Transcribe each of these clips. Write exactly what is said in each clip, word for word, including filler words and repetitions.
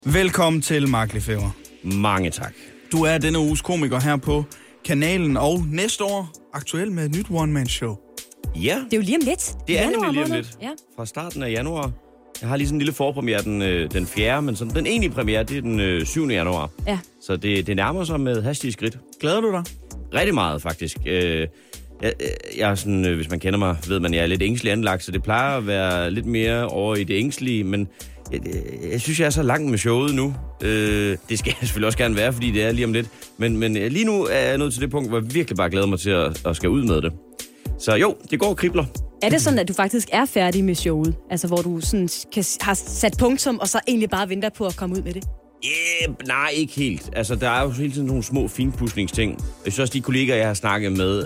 Velkommen til Mark Lefebvre. Mange tak. Du er denne uges komiker her på kanalen, og næste år aktuel med et nyt one-man-show. Ja. Det er jo lige om lidt. Det er nemlig lige om måned. lidt. Ja. Fra starten af januar. Jeg har lige sådan en lille forpremiere den, øh, den fjerde, men sådan, den egentlige premiere, det er den øh, syvende januar. Ja. Så det, det nærmer sig med hastige skridt. Glæder du dig? Rigtig meget, faktisk. Øh, jeg, jeg er sådan, øh, hvis man kender mig, ved man, jeg er lidt ængstelig anlagt, så det plejer at være lidt mere over i det ængstlige, men jeg, jeg synes, jeg er så langt med showet nu. Øh, det skal jeg selvfølgelig også gerne være, fordi det er lige om lidt. Men, men lige nu er jeg nået til det punkt, hvor jeg virkelig bare glæder mig til at, at skal ud med det. Så jo, det går og kribler. Er det sådan, at du faktisk er færdig med showet? Altså, hvor du sådan kan, har sat punktum, og så egentlig bare venter på at komme ud med det? Yeah, nej, ikke helt. Altså, der er jo hele tiden nogle små finpudsningsting. Jeg synes også, de kolleger, jeg har snakket med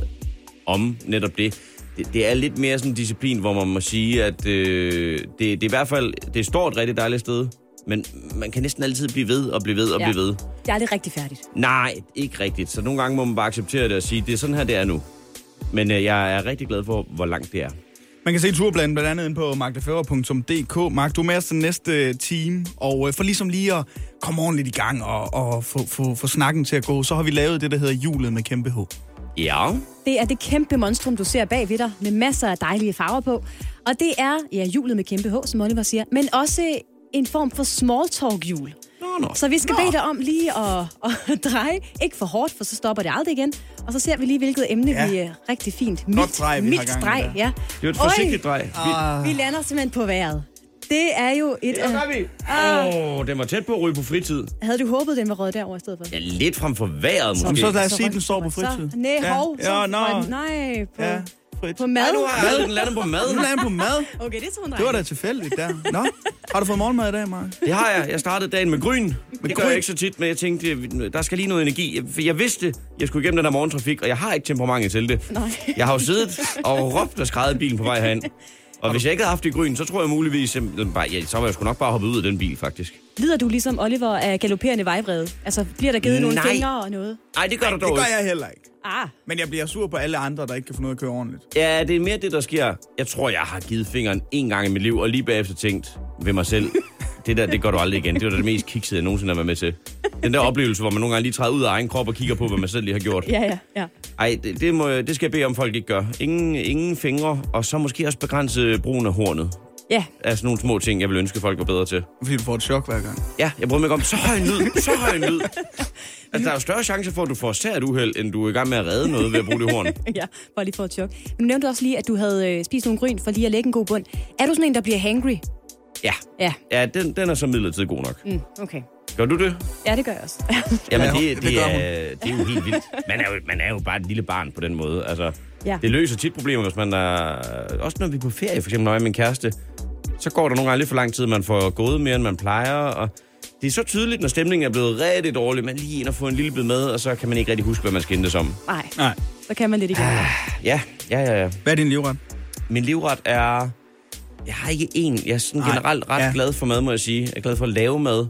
om netop det, det, det er lidt mere sådan en disciplin, hvor man må sige, at øh, det, det er i hvert fald, det står et rigtig dejligt sted, men man kan næsten altid blive ved og blive ved og Ja. blive ved. Det er aldrig rigtig færdigt. Nej, ikke rigtigt. Så nogle gange må man bare acceptere det og sige, det er sådan her, det er nu. Men øh, jeg er rigtig glad for, hvor langt det er. Man kan se turplanen blandt andet inde på mark lefebvre punktum d k. Mark, du er med os den næste time, og for ligesom lige at komme ordentligt i gang og, og få, få, få snakken til at gå, så har vi lavet det, der hedder Hjulet med kæmpe H. Ja. Det er det kæmpe monstrum, du ser bag ved dig, med masser af dejlige farver på. Og det er, ja, hjulet med kæmpe H, som Oliver siger, men også en form for small talk-hjul. Nå, nå. Så vi skal Nå. bede dig om lige at, at dreje, ikke for hårdt, for så stopper det aldrig igen. Og så ser vi lige, hvilket emne Ja. vi er rigtig fint. Godt drej, vi har mildt gang i drej, der. ja. Det er et Oj. forsigtigt drej. Ah. Vi lander simpelthen på vejret. Det er jo et... Ja, gør vi. Åh, oh, den var tæt på at ryge på fritid. Havde du håbet, den var røget derover i stedet for? Ja, lidt frem for vejret, Jamen, måske. så lad os Så sige, at røg- den står på så- fritid. Nej, hov. Ja, så ja, nå. røg den- Nej, på, Ja, frit. på mad. Ej, nu har jeg den landet på mad. Nu lader på mad. Okay, det tror jeg. Det var da tilfældigt der. Nå, har du fået morgenmad i dag, Mark? Det har jeg. Jeg startede dagen med gryn. Det gør gryn? jeg ikke så tit, men jeg tænkte, der skal lige noget energi. Jeg, jeg vidste, jeg skulle igennem den der morgentrafik, og jeg har ikke temperamentet til det. Nej. Jeg har jo siddet og råbt og skrejet bilen på vej herind. Og hvis jeg ikke havde haft det gryn, så tror jeg muligvis, simpelthen bare, ja, så var jeg sgu nok bare hoppet ud af den bil, faktisk. Lider du ligesom Oliver af galopperende vejvrede? Altså, bliver der givet nogle Nej. fingre og noget? Nej, det gør der Det dog gør ikke. jeg heller ikke. Ah, Men jeg bliver sur på alle andre, der ikke kan få noget at køre ordentligt. Ja, det er mere det, der sker. Jeg tror, jeg har givet fingeren en gang i mit liv, og lige bagefter tænkt ved mig selv, det der, det gør du aldrig igen. Det var da det mest kiksede, jeg nogensinde har været med til. Den der oplevelse, hvor man nogle gange lige træder ud af egen krop og kigger på, hvad man selv lige har gjort. ja, ja, ja. Ej, det, det, må, det skal jeg bede om, folk ikke gør. Ingen, ingen fingre, og så måske også begrænse brugen af hornet. Ja, Altså nogle små ting, jeg vil ønske, folk var bedre til. Fordi du får et chok hver gang. Ja, jeg bryder mig ikke om så høj en lyd, så høj en lyd. Altså, der er jo større chance for, at du får sært uheld, end du er i gang med at redde noget ved at bruge det horn. ja, bare lige for et chok. Men du nævnte også lige, at du havde øh, spist nogle gryn for lige at lægge en god bund. Er du sådan en, der bliver hangry? Ja, Ja. ja den, den er så midlertidigt god nok. Mm, okay. Gør du det? Ja, det gør jeg også. Jamen, Ja, det, det det, gør er, hun. det er jo helt vildt. Man er jo, man er jo bare et lille barn på den måde. Altså, Ja. det løser tit problemer, hvis man er... Også når vi er på ferie, for eksempel når jeg er med min kæreste, så går der nogle gange lidt for lang tid, man får gået mere, end man plejer, og det er så tydeligt, når stemningen er blevet rigtig dårlig, man lige ind og får en lille bid med, og så kan man ikke rigtig huske, hvad man skal hentes om. Nej, Nej. så kan man lidt igen. Ja, ja, ja, ja. Hvad er din livret? Min livret er... Jeg har ikke en. Jeg er sådan Nej, generelt ret ja. glad for mad, må jeg sige. Jeg er glad for at lave mad.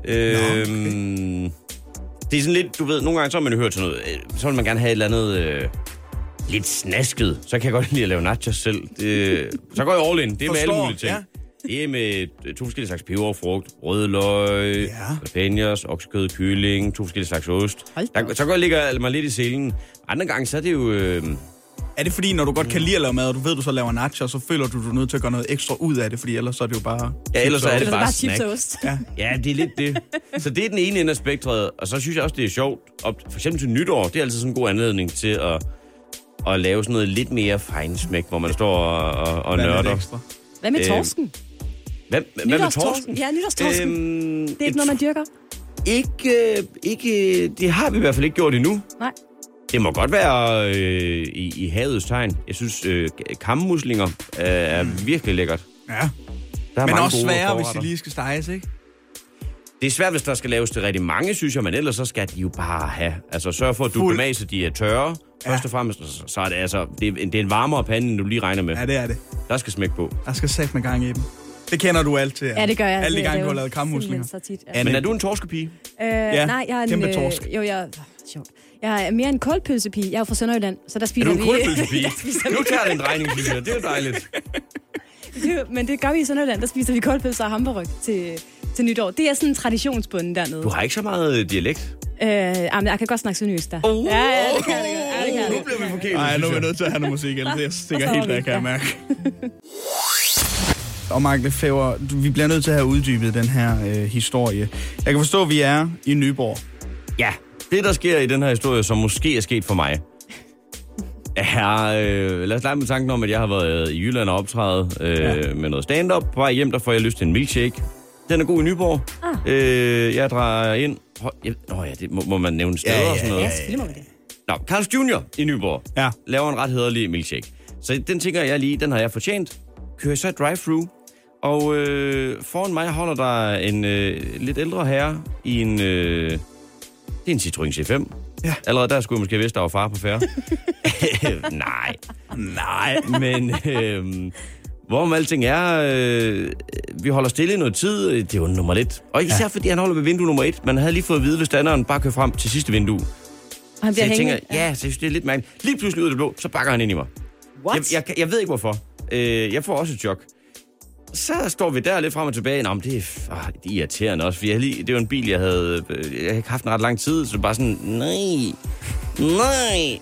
Øhm, det er sådan lidt, du ved, nogle gange så har man jo hørt sådan noget, øh, så vil man gerne have et eller andet øh, lidt snasket. Så kan jeg godt lide at lave nachos selv. Det, så går jeg all in. Det er med alle Forstår, mulige ting. ja. Det er med øh, to forskellige slags peber, frugt, rødløg, Ja. jalapenos, oksekød, kylling, to forskellige slags ost. Hold da Der, op. så går jeg ligger mig lidt i selen. Andre gange, så er det jo... Øh, Er det fordi, når du godt kan lide at lave mad, og du ved, du så laver nachos, så føler du, du er nødt til at gøre noget ekstra ud af det, fordi ellers så er det jo bare... Ja, ellers så er det Eller bare bare snack. chips og ost. Ja. Ja, det er lidt det. Så det er den ene ende af spektret, og så synes jeg også, det er sjovt. Og for eksempel til nytår, det er altid sådan en god anledning til at, at lave sådan noget lidt mere fejnsmæk, hvor man står og, og, og Hvad er det nørder. ekstra? Hvad med Øh, torsken? Hvad, hvad med torsken? Ja, nytårstorsken. Øhm, Det er ikke noget, man dyrker? Ikke, ikke, det har vi i hvert fald ikke gjort endnu. Nej. Det må godt være øh, i, i havets tegn. Jeg synes, øh, kammuslinger øh, er virkelig lækkert. Ja. Der er Men mange også gode sværere, hvis forretter. de lige skal steges, ikke? Det er svært, hvis der skal laves til rigtig mange, synes jeg, men ellers så skal de jo bare have. Altså sørg for, at du Fuld. bemaser, de er tørre. Ja. Først og fremmest, så- så er det altså, det er, det er en varmere pande, end du lige regner med. Ja, det er det. Der skal smæk på. Der skal sætte med gang i dem. Det kender du alt til. Ja, det gør jeg. Alle de Det er gange, du jo har lavet kammuslinger. simpelthen så tit, ja. Anne, Men er du en torskepige? Øh, Ja, nej, jeg er en... kæmpe øh, torsk. Jo, jeg... Sjovt. Jeg er mere en koldpølsepige. Jeg er jo fra Sønderjylland, så der Er spiser du en vi... kulpølsepige? Der spiser vi- Nu tager det en drejning, synes jeg. Det er jo dejligt. Det er jo- Men det gør vi i Sønderjylland. Der spiser vi koldpølser og hamburg til, til nytår. Det er sådan en traditionsbunden dernede. Du har ikke så meget dialekt. Øh, jamen, jeg kan godt snakke sønderjysk der. Oh, ja, ja, det kan jeg. Ja, det kan jeg. Nu bliver vi forkert. Nej, nu er vi nødt til at have noget musik, eller det er sikkert helt, hvad jeg kan Ja. mærke. Og Mark Lefebvre, vi bliver nødt til at have uddybet den her øh, historie. Jeg kan forstå, at vi er i Nyborg. Ja, det der sker i den her historie, som måske er sket for mig, er, øh, lad os lege med tanken om, at jeg har været i Jylland og optrædet øh, ja. med noget stand-up. På vej hjem, der får jeg lyst til en milkshake. Den er god i Nyborg. Ah. Øh, jeg drejer ind. Jeg, åh ja, det må, må man nævne steder ja, ja, og sådan noget. Ja, selvfølgelig må vi det. Nå, Carl's junior i Nyborg Ja. laver en ret hæderlig milkshake. Så den tænker jeg lige, den har jeg fortjent. Kører så et drive-thru. Og øh, foran mig holder der en øh, lidt ældre herre i en... Øh, det er en Citroën C fem. Ja. Allerede der skulle jeg måske vidste, der var far på færre. Nej. Nej, men... Øh, hvorom alting er, øh, vi holder stille i noget tid, det er jo nummer et. Og især ja. fordi han holder ved vindue nummer et. Man havde lige fået at vide, hvis standeren bare kører frem til sidste vindue. Og han bliver så jeg hængende? tænker, ja, så jeg synes, det er lidt mærkeligt. Lige pludselig ud af det blå, så bakker han ind i mig. What? Jeg, jeg, jeg ved ikke hvorfor. Øh, jeg får også et chok. Så står vi der lidt frem og tilbage. Nå, men det er, ah, det er irriterende også, for jeg lige, det var en bil, jeg havde, jeg havde ikke haft en ret lang tid, så det var bare sådan, nej, nej.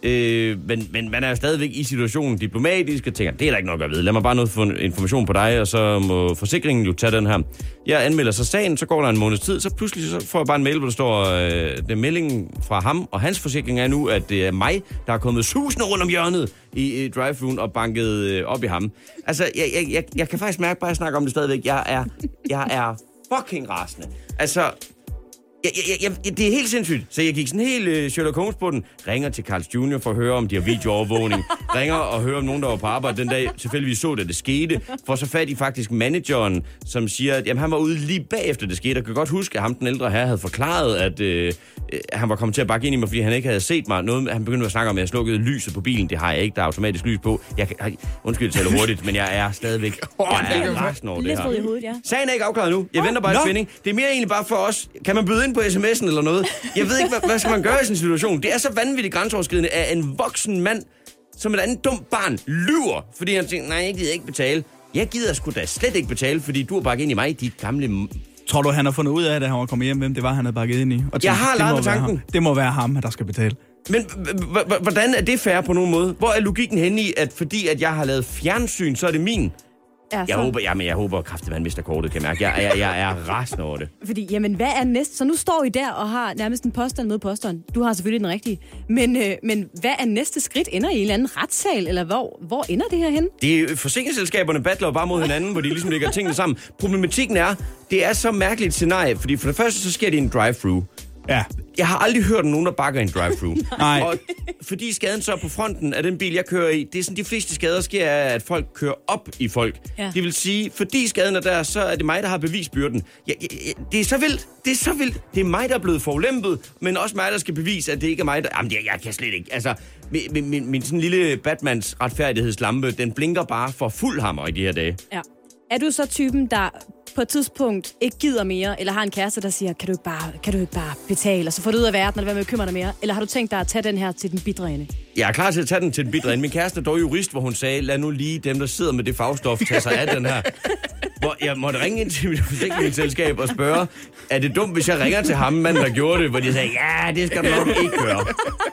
Øh, men, men man er jo stadigvæk i situationen diplomatisk og tænker, det er der ikke nok at vide. Lad mig bare noget få information på dig, og så må forsikringen jo tage den her. Jeg anmelder så sagen, så går der en måneds tid, så pludselig så får jeg bare en mail, hvor der står, øh, den melding fra ham, og hans forsikring er nu, at det er mig, der er kommet susende rundt om hjørnet i, i drive-thruen og banket øh, op i ham. Altså, jeg, jeg, jeg, jeg kan faktisk mærke, bare at jeg snakker om det stadigvæk, jeg er, jeg er fucking rasende. Altså... Jeg, jeg, jeg, det er helt sindssygt. Så jeg gik sådan helt uh, Sherlock Holmes på den. Ringer til Carl's junior for at høre, om de har videoovervågning. Ringer og hører, om nogen, der var på arbejde den dag. Selvfølgelig så det, det skete. For så fat i faktisk manageren, som siger, at jamen, han var ude lige bagefter det skete. Jeg kan godt huske, at ham, den ældre herre, havde forklaret, at øh, han var kommet til at bakke ind i mig, fordi han ikke havde set mig. Noget, han begyndte at snakke om, at jeg slukkede lyset på bilen. Det har jeg ikke. Der er automatisk lys på. Jeg kan, undskyld, jeg taler hurtigt, men jeg er stadigvæk jeg er rasende over det her. i hovedet, ja. Sagen er ikke afklaret nu. Jeg venter bare et spænding. Det er mere egentlig bare for os. Kan man byde ind på sms'en eller noget? Jeg ved ikke, hvad, hvad skal man gøre i sådan en situation? Det er så vanvittigt grænseoverskridende, at en voksen mand, som et andet dumt barn, lyver, fordi han tænker, nej, jeg gider ikke betale. Jeg gider sgu da slet ikke betale, fordi du har bakket ind i mig, dit gamle... Tror du, han har fundet ud af, da han var kommet hjem, hvem det var, han havde bakket ind i? Og tænkte, jeg har leget med tanken. Ham. Det må være ham, der skal betale. Men hvordan er det fair på nogen måde? Hvor er logikken henne i, at fordi at jeg har lavet fjernsyn, så er det min? Ja, jeg håber, jamen, jeg håber kraftigt, at man mister kortet, kan jeg mærke. Jeg, jeg, jeg er rasende over det. Fordi, jamen, hvad er næste? Så nu står I der og har nærmest en påstand med påstand. Du har selvfølgelig den rigtige. Men, øh, men hvad er næste skridt? Ender I en eller anden retssal? Eller hvor, hvor ender det her hen? Det er forsikringsselskaberne battler bare mod hinanden, hvor de ligesom lægger tingene sammen. Problematikken er, det er så mærkeligt et scenarie, fordi for det første, så sker det i en drive-thru. Ja. Jeg har aldrig hørt om nogen, der bakker en drive-thru. Nej. Og fordi skaden så er på fronten af den bil, jeg kører i, det er sådan, de fleste skader sker af, at folk kører op i folk. Ja. Det vil sige, fordi skaden er der, så er det mig, der har bevisbyrden. Jeg, jeg, det er så vildt. Det er så vildt. Det er mig, der er blevet forulæmpet, men også mig, der skal bevise, at det ikke er mig, der... Jamen, jeg, jeg kan slet ikke. Altså, min, min, min sådan lille Batmans retfærdighedslampe, den blinker bare for fuld hammer i de her dage. Ja. Er du så typen, der på et tidspunkt ikke gider mere, eller har en kæreste, der siger, kan du ikke bare, kan du ikke bare betale, og så får du ud af verden, og være med at bekymre dig mere? Eller har du tænkt dig at tage den her til den bidre ende? Jeg er klar til at tage den til den bidre ende. Min kæreste er dog jurist, hvor hun sagde, lad nu lige dem, der sidder med det fagstof, tage sig af den her. Hvor jeg måtte ringe ind til mit forsikringsselskab og spørge, er det dumt, hvis jeg ringer til ham, manden, der gjorde det? Hvor de sagde, ja, det skal du nok ikke gøre.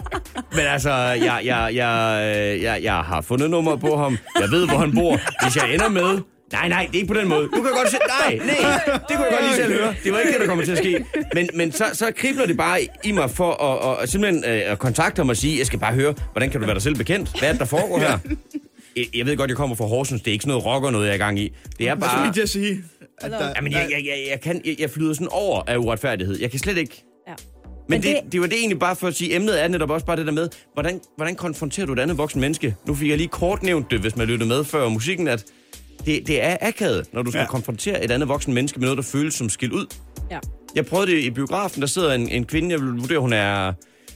Men altså, jeg, jeg, jeg, jeg, jeg har fundet nummer på ham. Jeg ved, hvor han bor. Hvis jeg ender med... Nej, nej, det er ikke på den måde. Du kan godt se... Nej, nej, det kunne jeg godt lige selv høre. Det var ikke det, der kommer til at ske. Men, men så, så kribler det bare i mig for at, at simpelthen øh, at kontakte ham og sige, jeg skal bare høre, hvordan kan du være dig selv bekendt? Hvad er det, der foregår her? Jeg, jeg ved godt, jeg kommer fra Horsens. Det er ikke sådan noget rocker noget, jeg er i gang i. Det er bare... Hvad skulle jeg sige? At der... Jamen, jeg, jeg, jeg, jeg, kan, jeg, jeg flyder sådan over af uretfærdighed. Jeg kan slet ikke... Ja. Men, Men det, det, det var det egentlig bare for at sige, emnet er netop også bare det der med, hvordan, hvordan konfronterer du et andet voksen menneske? Nu fik jeg lige kort nævnt det, hvis man lyttede med før musikken, at det, det er akavet, når du skal ja. konfrontere et andet voksen menneske med noget, der føles som skilt ud. Ja. Jeg prøvede det i biografen, der sidder en, en kvinde, jeg vil vurdere, hun er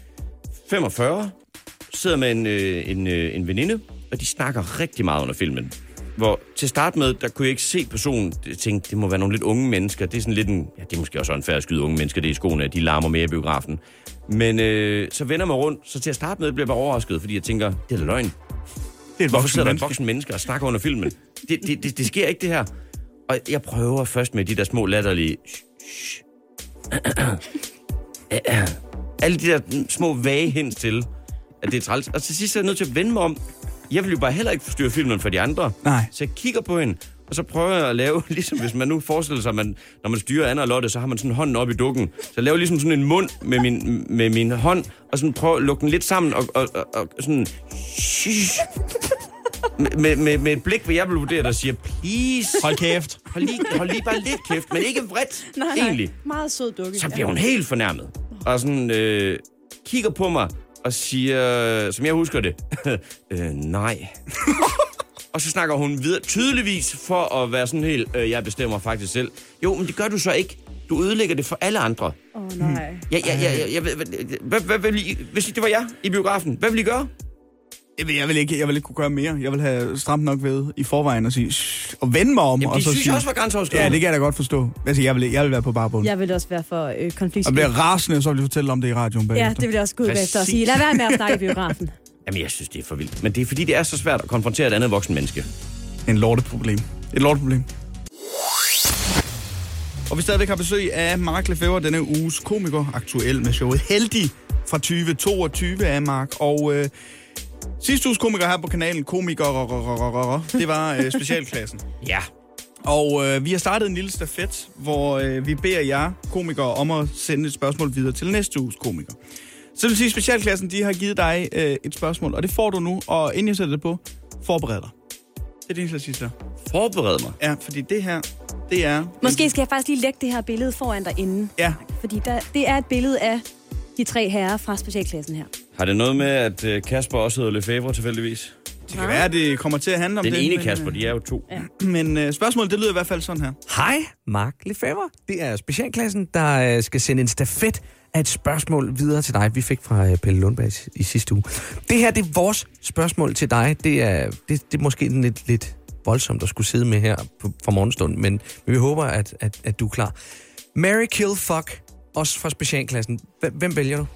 femogfyrre, sidder med en, en, en veninde, og de snakker rigtig meget under filmen. Hvor til start med, der kunne jeg ikke se personen, jeg tænkte, det må være nogle lidt unge mennesker. Det er sådan lidt en, ja, det er måske også unfair at skyde unge mennesker, det er i skoene, at de larmer mere i biografen. Men øh, så vender mig rundt, så til at starte med bliver jeg bare overrasket, fordi jeg tænker, det er da løgn. Det er et Hvorfor sidder der et voksen mennesker og snakker under filmen? Det, det, det, det sker ikke, det her. Og jeg prøver først med de der små latterlige... Alle de der små vage hen til, at det er træls. Og til sidst er jeg nødt til at vende mig om. Jeg vil jo bare heller ikke forstyrre filmen for de andre. Nej. Så jeg kigger på hende, og så prøver jeg at lave, ligesom hvis man nu forestiller sig, at man, når man styrer Anna og Lotte, så har man sådan hånden op i dukken. Så jeg laver ligesom sådan en mund med min, med min hånd, og sådan prøver at lukke den lidt sammen, og, og, og, og sådan... Med, med, med et blik, hvor jeg vil vurdere, der siger, please... Hold kæft. Hold lige, hold lige bare lidt kæft, men ikke vredt, Nej, nej. egentlig. Meget sød dukke. Så bliver hun helt fornærmet. Og sådan øh, kigger på mig og siger, som jeg husker det, øh, nej. Og så snakker hun videre, tydeligvis for at være sådan helt, øh, jeg bestemmer faktisk selv. Jo, men det gør du så ikke. Du ødelægger det for alle andre. Åh, oh, nej. Ja, ja, ja, ja, ja, hvad, hvad, hvad, I, hvis det var jeg i biografen, hvad vil I gøre? Jeg vil, jeg, vil ikke, jeg vil ikke kunne gøre mere. Jeg vil have stramt nok ved i forvejen og sige, shh, og vende mig om. Jamen, og de så synes sige, også var grænseoverskridende. Ja, det kan jeg da godt forstå. Altså, jeg vil, jeg vil være på barbund. Jeg vil også være for øh, konflikt. Og bliver rasende, så vil jeg fortælle om det i radioen bagefter. Ja, det vil jeg også gå ud Præcis. efter og sige. Lad være med at snakke i biografen. Jamen, jeg synes, det er for vildt. Men det er fordi, det er så svært at konfrontere et andet voksen menneske. En lorteproblem. Et lorteproblem. Og vi stadigvæk har besøg af Mark Lefebvre, denne uges komiker, aktuel med showet Heldig fra tyve toogtyve af Mark. Og øh, sidste uges komiker her på kanalen, komiker, det var øh, specialklassen. Ja. Og øh, vi har startet en lille stafet, hvor øh, vi beder jer komikere om at sende et spørgsmål videre til næste uges komiker. Så det vil sige, at specialklassen de har givet dig øh, et spørgsmål, og det får du nu, og inden jeg sætter det på, forbered dig. Det er det eneste, jeg siger. Forbered mig. Ja, fordi det her, det er... Måske skal jeg faktisk lige lægge det her billede foran dig inden. Ja. Fordi der, det er et billede af de tre herrer fra specialklassen her. Har det noget med, at øh, Kasper også hedder Lefebvre tilfældigvis? Det kan være, at det kommer til at handle om Den det. ene men, Kasper, de er jo to. Ja. Men øh, spørgsmålet, det lyder i hvert fald sådan her. Hej, Mark Lefebvre. Det er specialklassen, der øh, skal sende en stafet af et spørgsmål videre til dig. Vi fik fra øh, Pelle Lundberg i sidste uge. Det her, det er vores spørgsmål til dig. Det er, det, det er måske lidt, lidt voldsomt at skulle sidde med her på, for morgenstunden, men, men vi håber, at, at, at du er klar. Marry, kill, fuck, også fra specialklassen. Hvem vælger du?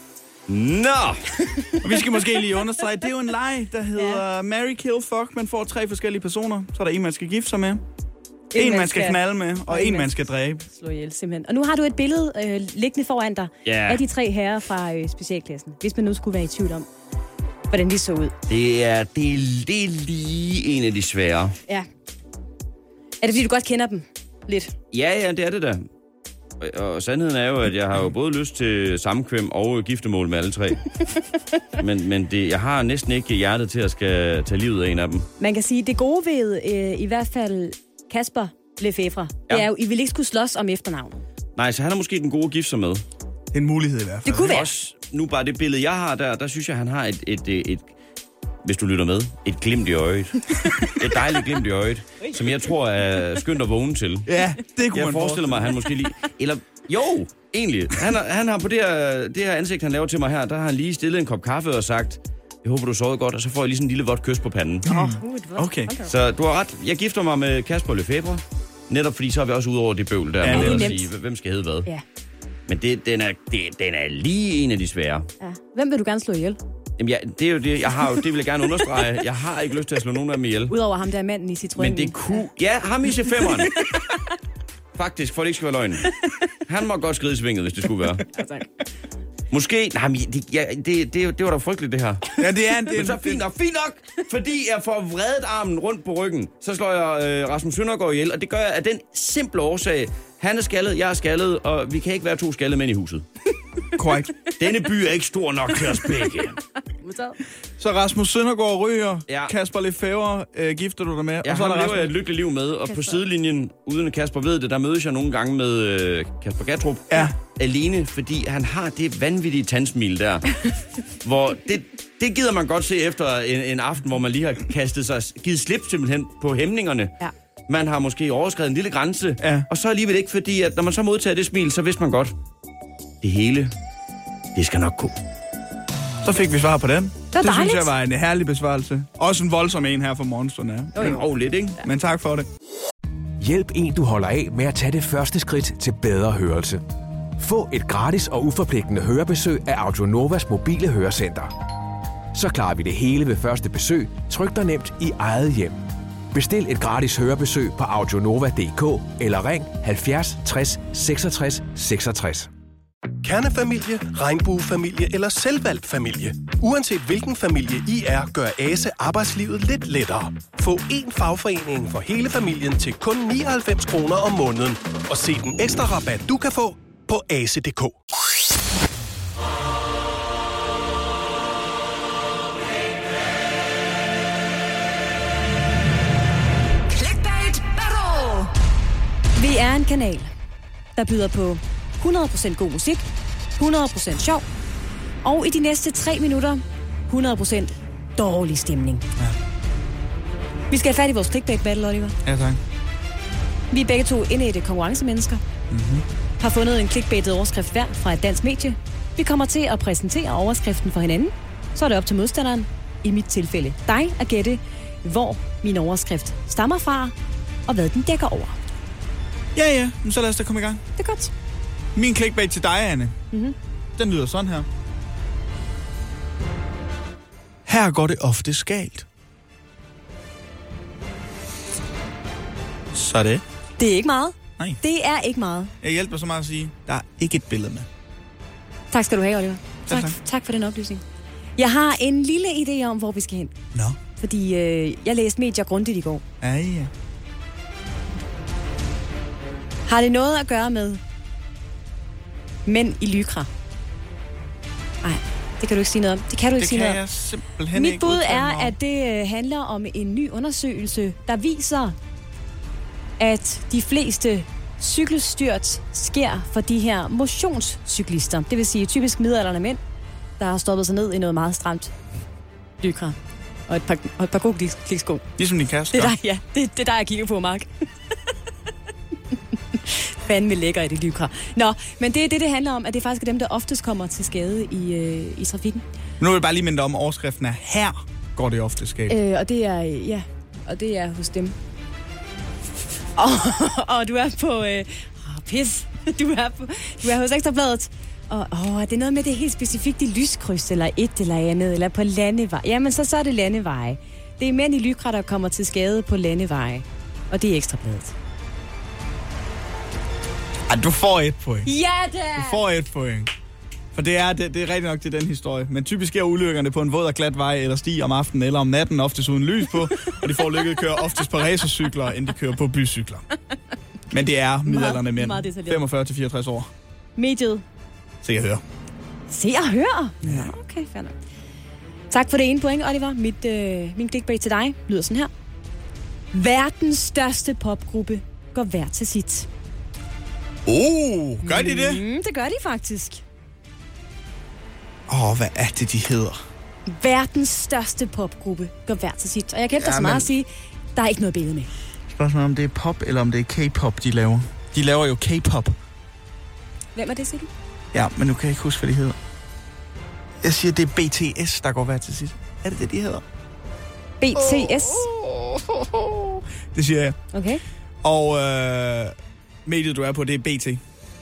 Nå! Og vi skal måske lige understrege, det er jo en leg, der hedder ja. Marry, Kill, Fuck. Man får tre forskellige personer. Så er der en, man skal gifte sig med, en, en man, man skal knalde med, og, og en, man skal dræbe. Slå ihjel, simpelthen. Og nu har du et billede øh, liggende foran dig yeah. af de tre herrer fra øh, specialklassen. Hvis man nu skulle være i tvivl om, hvordan de så ud. Det er, det, er, det er lige en af de svære. Ja. Er det fordi, du godt kender dem lidt? Ja, ja, det er det da. Og, og sandheden er jo, at jeg har jo både lyst til samkvem og giftermål med alle tre. men men det, jeg har næsten ikke hjertet til at skal tage livet af en af dem. Man kan sige, det gode ved øh, i hvert fald Kasper Lefebvre, ja. det er jo, I vil ikke skulle slås om efternavnet. Nej, så han er måske den gode at gifte sig med. Det er en mulighed i hvert fald. Det kunne være. Også nu bare det billede, jeg har der, der synes jeg, han har et, et, et, et hvis du lytter med, et glimt i øjet. Et dejligt glimt i øjet, som jeg tror er skønt at vågne til. Ja, det kunne jeg man forestiller mig, at han måske lige... Eller, jo, egentlig. Han har, han har på det her, det her ansigt, han laver til mig her, der har han lige stillet en kop kaffe og sagt, jeg håber, du sover godt, og så får jeg lige sådan en lille vådt kys på panden. Mm. Okay. Så du har ret. Jeg gifter mig med Kasper Lefebvre, netop fordi så er vi også ude over det bøvl der, ja, med det at sige, hvem skal hedde hvad. Ja. Men det, den, er, det, den er lige en af de svære. Ja. Hvem vil du gerne slå ihjel? Jamen, ja, det er jo det, jeg har jo, det vil jeg gerne understrege. Jeg har ikke lyst til at slå nogen af dem ihjel. Udover ham der manden i Citroën. Men det kunne... Ja, ham i C fem'eren. Faktisk, for det ikke skal være løgn. Han må godt skride i svinget, hvis det skulle være. Måske... Nej, men det, ja, det, det, det var da frygteligt, det her. Ja, det er... Det, men så fint nok, fint nok! Fordi jeg får vredet armen rundt på ryggen, så slår jeg øh, Rasmus Søndergaard ihjel. Og det gør jeg af den simple årsag. Han er skaldet, jeg er skaldet, og vi kan ikke være to skaldede mænd i huset. Korrekt. Denne by er ikke stor nok til os begge. Så Rasmus Søndergaard ryger, ja. Kasper Lefebvre øh, gifter du dig med. Ja, og så er der lever Rasmus... jeg et lykkeligt liv med, og Kasper. På sidelinjen, uden at Kasper ved det, der mødes jeg nogle gange med øh, Kasper Gattrup. Ja. Alene, fordi han har det vanvittige tandsmil der. hvor det, det gider man godt se efter en, en aften, hvor man lige har kastet sig, givet slip simpelthen på hæmningerne. Ja. Man har måske overskrevet en lille grænse, ja. og så alligevel ikke, fordi at når man så modtager det smil, så vidste man godt, det hele, det skal nok gå. Så fik vi svar på den. Det, det synes jeg var en herlig besvarelse. Også en voldsom en her for morgenstunden. Ja. Jo, jo, lidt, ikke? Ja. Men tak for det. Hjælp en, du holder af med at tage det første skridt til bedre hørelse. Få et gratis og uforpligtende hørebesøg af Audionovas mobile hørecenter. Så klarer vi det hele ved første besøg, trygt og nemt i eget hjem. Bestil et gratis hørebesøg på audionova punktum d k eller ring halvfjerds tres seksogtres seksogtres. Kernefamilie, regnbuefamilie eller selvvalgt familie. Uanset hvilken familie I er, gør Ase arbejdslivet lidt lettere. Få én fagforening for hele familien til kun nioghalvfems kroner om måneden. Og se den ekstra rabat, du kan få på ase punktum d k. Vi er en kanal, der byder på hundrede procent god musik, hundrede procent sjov, og i de næste tre minutter, hundrede procent dårlig stemning. Ja. Vi skal have fat i vores clickbait battle, Oliver. Ja, tak. Vi er begge to indædte konkurrencemennesker. Mm-hmm. Har fundet en clickbaitet overskrift hver fra et dansk medie. Vi kommer til at præsentere overskriften for hinanden. Så er det op til modstanderen, i mit tilfælde dig, at gætte, hvor min overskrift stammer fra, og hvad den dækker over. Ja, ja, men så lad os da komme i gang. Det er godt. Min clickbait til dig, Anne, Mm-hmm. den lyder sådan her. Her går det ofte galt. Så er det. Det er ikke meget. Nej. Det er ikke meget. Jeg hjælper så meget at sige, der er ikke et billede med. Tak skal du have, Oliver. Ja, Tak, tak. tak for den oplysning. Jeg har en lille idé om, hvor vi skal hen. Nå. Fordi øh, jeg læste medier grundigt i går. Ja, ja. Har det noget at gøre med mænd i lykra? Nej, det kan du ikke sige noget om. Det kan du ikke Det sige kan noget om. jeg simpelthen Mit ikke bud udtale er, mig om. at det øh, handler om en ny undersøgelse, der viser, at de fleste cykelstyrt sker for de her motionscyklister. Det vil sige typisk midaldrende mænd, der har stoppet sig ned i noget meget stramt lykra. Og et par, og et par gode klik- kliksko. Ligesom din kæreste. Det er der, ja. Det, det er der, jeg kigger på, Mark. Fandme lækker i det lykra. Nå, men det er det, det handler om, at det faktisk er dem, der oftest kommer til skade i, øh, i trafikken. Nu vil jeg bare lige minde dig om, overskriften er, her går det ofte skægt. Øh, og det er, ja, og det er hos dem. Og, og du er på, øh, oh, pis, du er, på, du er hos Ekstrabladet. Og åh, det er noget med, det er helt specifikt i lyskryds, eller et eller andet, eller på landevej. Jamen, så, så er det landeveje. Det er mænd i lykra, der kommer til skade på landeveje. Og det er Ekstrabladet. Ej, du får et point. Ja, det Du får et point. For det er, det, det er rigtig nok til den historie. Men typisk er ulykkerne på en våd og glat vej eller sti om aftenen eller om natten, oftest uden lys på. Og de får lykket køre oftest på racercykler, end de kører på bycykler. Men det er midaldrende mænd. meget detaljeret. femogfyrre til fireogtres år. Mediet. Så jeg hører. Se og hør. Ja. Okay, fair nok. Tak for det ene point, Oliver. Mit, øh, min clickbait til dig lyder sådan her. Verdens største popgruppe går hver til sit. Oh, gør de det? Mm, det gør de faktisk. Åh, oh, hvad er det, de hedder? Verdens største popgruppe går hver til sit. Og jeg kan ikke Ja, ja, så meget men- at sige, der er ikke noget billede med. Spørgsmålet om det er pop, eller om det er K-pop, de laver. De laver jo K-pop. Hvem er det, siger du? Ja, men nu kan jeg ikke huske, hvad de hedder. Jeg siger, det er B T S, der går hver til sit. Er det det, de hedder? B T S. Det siger jeg. Okay. Og øh, mediet, du er på, det er B T.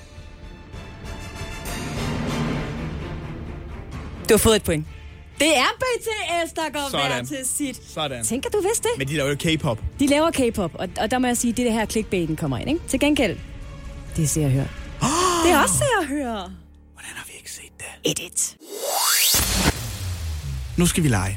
Du har fået et point. Det er B T S, der går Sådan. hver til sit. Sådan. Tænker du vidste det? Men de laver jo K-pop. De laver K-pop, og, og der må jeg sige, det er det her clickbaiten kommer ind, ikke? Til gengæld, det er Se og Hør. Det er også Se og Hør. Hvordan har vi ikke set det? Edit. Nu skal vi lege.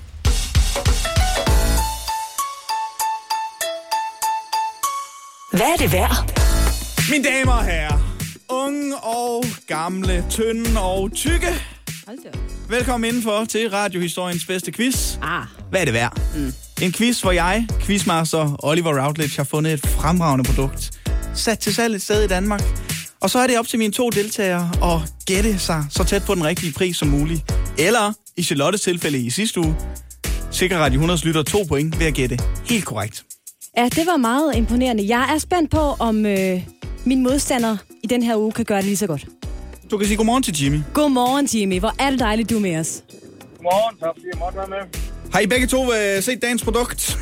Hvad er det værd? Mine damer og herrer, unge og gamle, tynde og tykke. Hold da. Velkommen indenfor til radiohistoriens bedste quiz. Ah. Hvad er det værd? Mm. En quiz, hvor jeg, quizmaster Oliver Routledge, har fundet et fremragende produkt. Sat til salg et sted i Danmark. Og så er det op til mine to deltagere at gætte sig så tæt på den rigtige pris som muligt. Eller, i Charlottes tilfælde i sidste uge, sikrer Radio hundrede lytter to point ved at gætte helt korrekt. Ja, det var meget imponerende. Jeg er spændt på, om øh, min modstander i den her uge kan gøre det lige så godt. Du kan sige godmorgen til Jimmy. Godmorgen, Jimmy. Hvor er det dejligt, du er med os. Godmorgen, tak fordi jeg måtte være med. Har I begge to øh, set dagens produkt?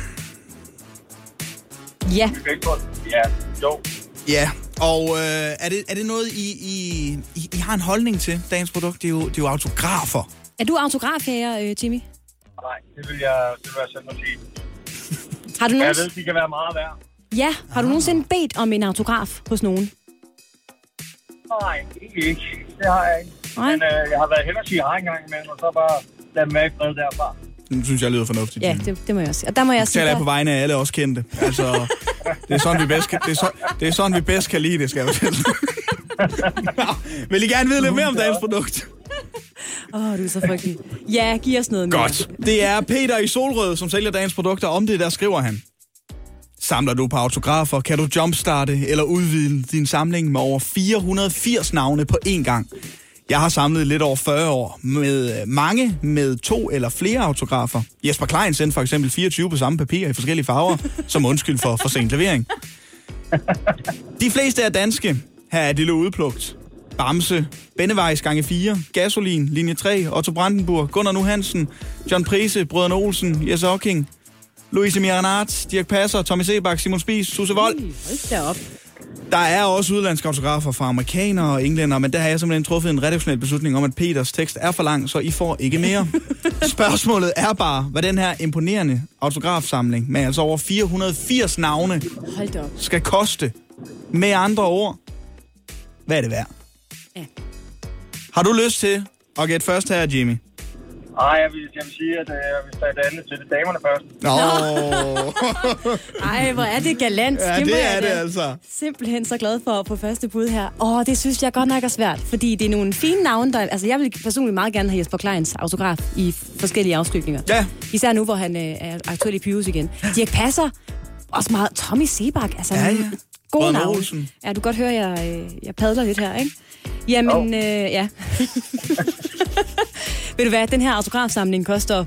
Ja. Vi begge to. Ja, jo. Ja, og øh, er, det, er det noget, I, I, I, I har en holdning til dagens produkt? Det er jo, det er jo autografer. Er du autografjæger, øh, Jimmy? Nej, det vil jeg, det vil jeg selv må sige. Har du Jeg nogen... ved, de kan være meget værd. Ja, har du nogensinde bedt om en autograf hos nogen? Nej, egentlig ikke. Det har jeg ikke. Nej. Men øh, jeg har været hen og sige hej engang imellem, og så bare lade dem være i fred derfra. Det synes jeg lyder fornuftigt. Ja, det, det må jeg også sige. Og der må jeg sige... Taler jeg der- på vegne af alle os kendte. Altså, det er sådan, vi bedst kan, det er så, det er sådan, vi bedst kan lide det, skal jeg fortælle. Nå, vil I gerne vide lidt mere om dagens produkt? Åh, oh, du er så frygtelig. Ja, giv os noget mere. Godt. Det er Peter i Solrød, som sælger dagens produkter. Om det der skriver han: samler du på autografer, kan du jumpstarte eller udvide din samling med over fire hundrede og firs navne på én gang. Jeg har samlet lidt over fyrre år med mange med to eller flere autografer. Jesper Klein sendte for eksempel fireogtyve på samme papir i forskellige farver, som undskyld for for sent levering. De fleste er danske. Her er det lidt udplugt. Bamse, Bennevejs gange fire, Gasolin, linje tre, Otto Brandenburg, Gunnar Nu Hansen, John Prise, Brødrene Olsen, Jesse Hocking, Louise Miranart, Dirk Passer, Tommy Sebak, Simon Spies, Susse Wold. Hold da op. Der er også udlandske autografer fra amerikanere og englænder, men der har jeg simpelthen truffet en redaktionel beslutning om, at Peters tekst er for lang, så I får ikke mere. Spørgsmålet er bare, hvad den her imponerende autografsamling med altså over fire hundrede og firs navne Hold da op. skal koste. Med andre ord, hvad er det værd? Ja. Har du lyst til at gætte først her, Jimmy? Nej, jeg vil, jeg vil sige, at øh, jeg vil tage det andet til det damerne først. Nå. Ej, hvor er det galant. Ja, må det jeg er det da altså. Simpelthen så glad for på første bud her. Åh, det synes jeg godt nok er svært, fordi det er nogle fine navne, der... Altså, jeg vil personligt meget gerne have Jesper Kleins autograf i forskellige afstykninger. Ja. Især nu, hvor han øh, er aktuel i Pyrus igen. Dirk Passer, også meget Tommy Sebak, altså Ja, ja. god Brødrene navn. Olsen. Ja, du kan godt høre, jeg, øh, jeg padler lidt her, ikke? Jamen, øh, ja. Ved du hvad, den her autografsamling koster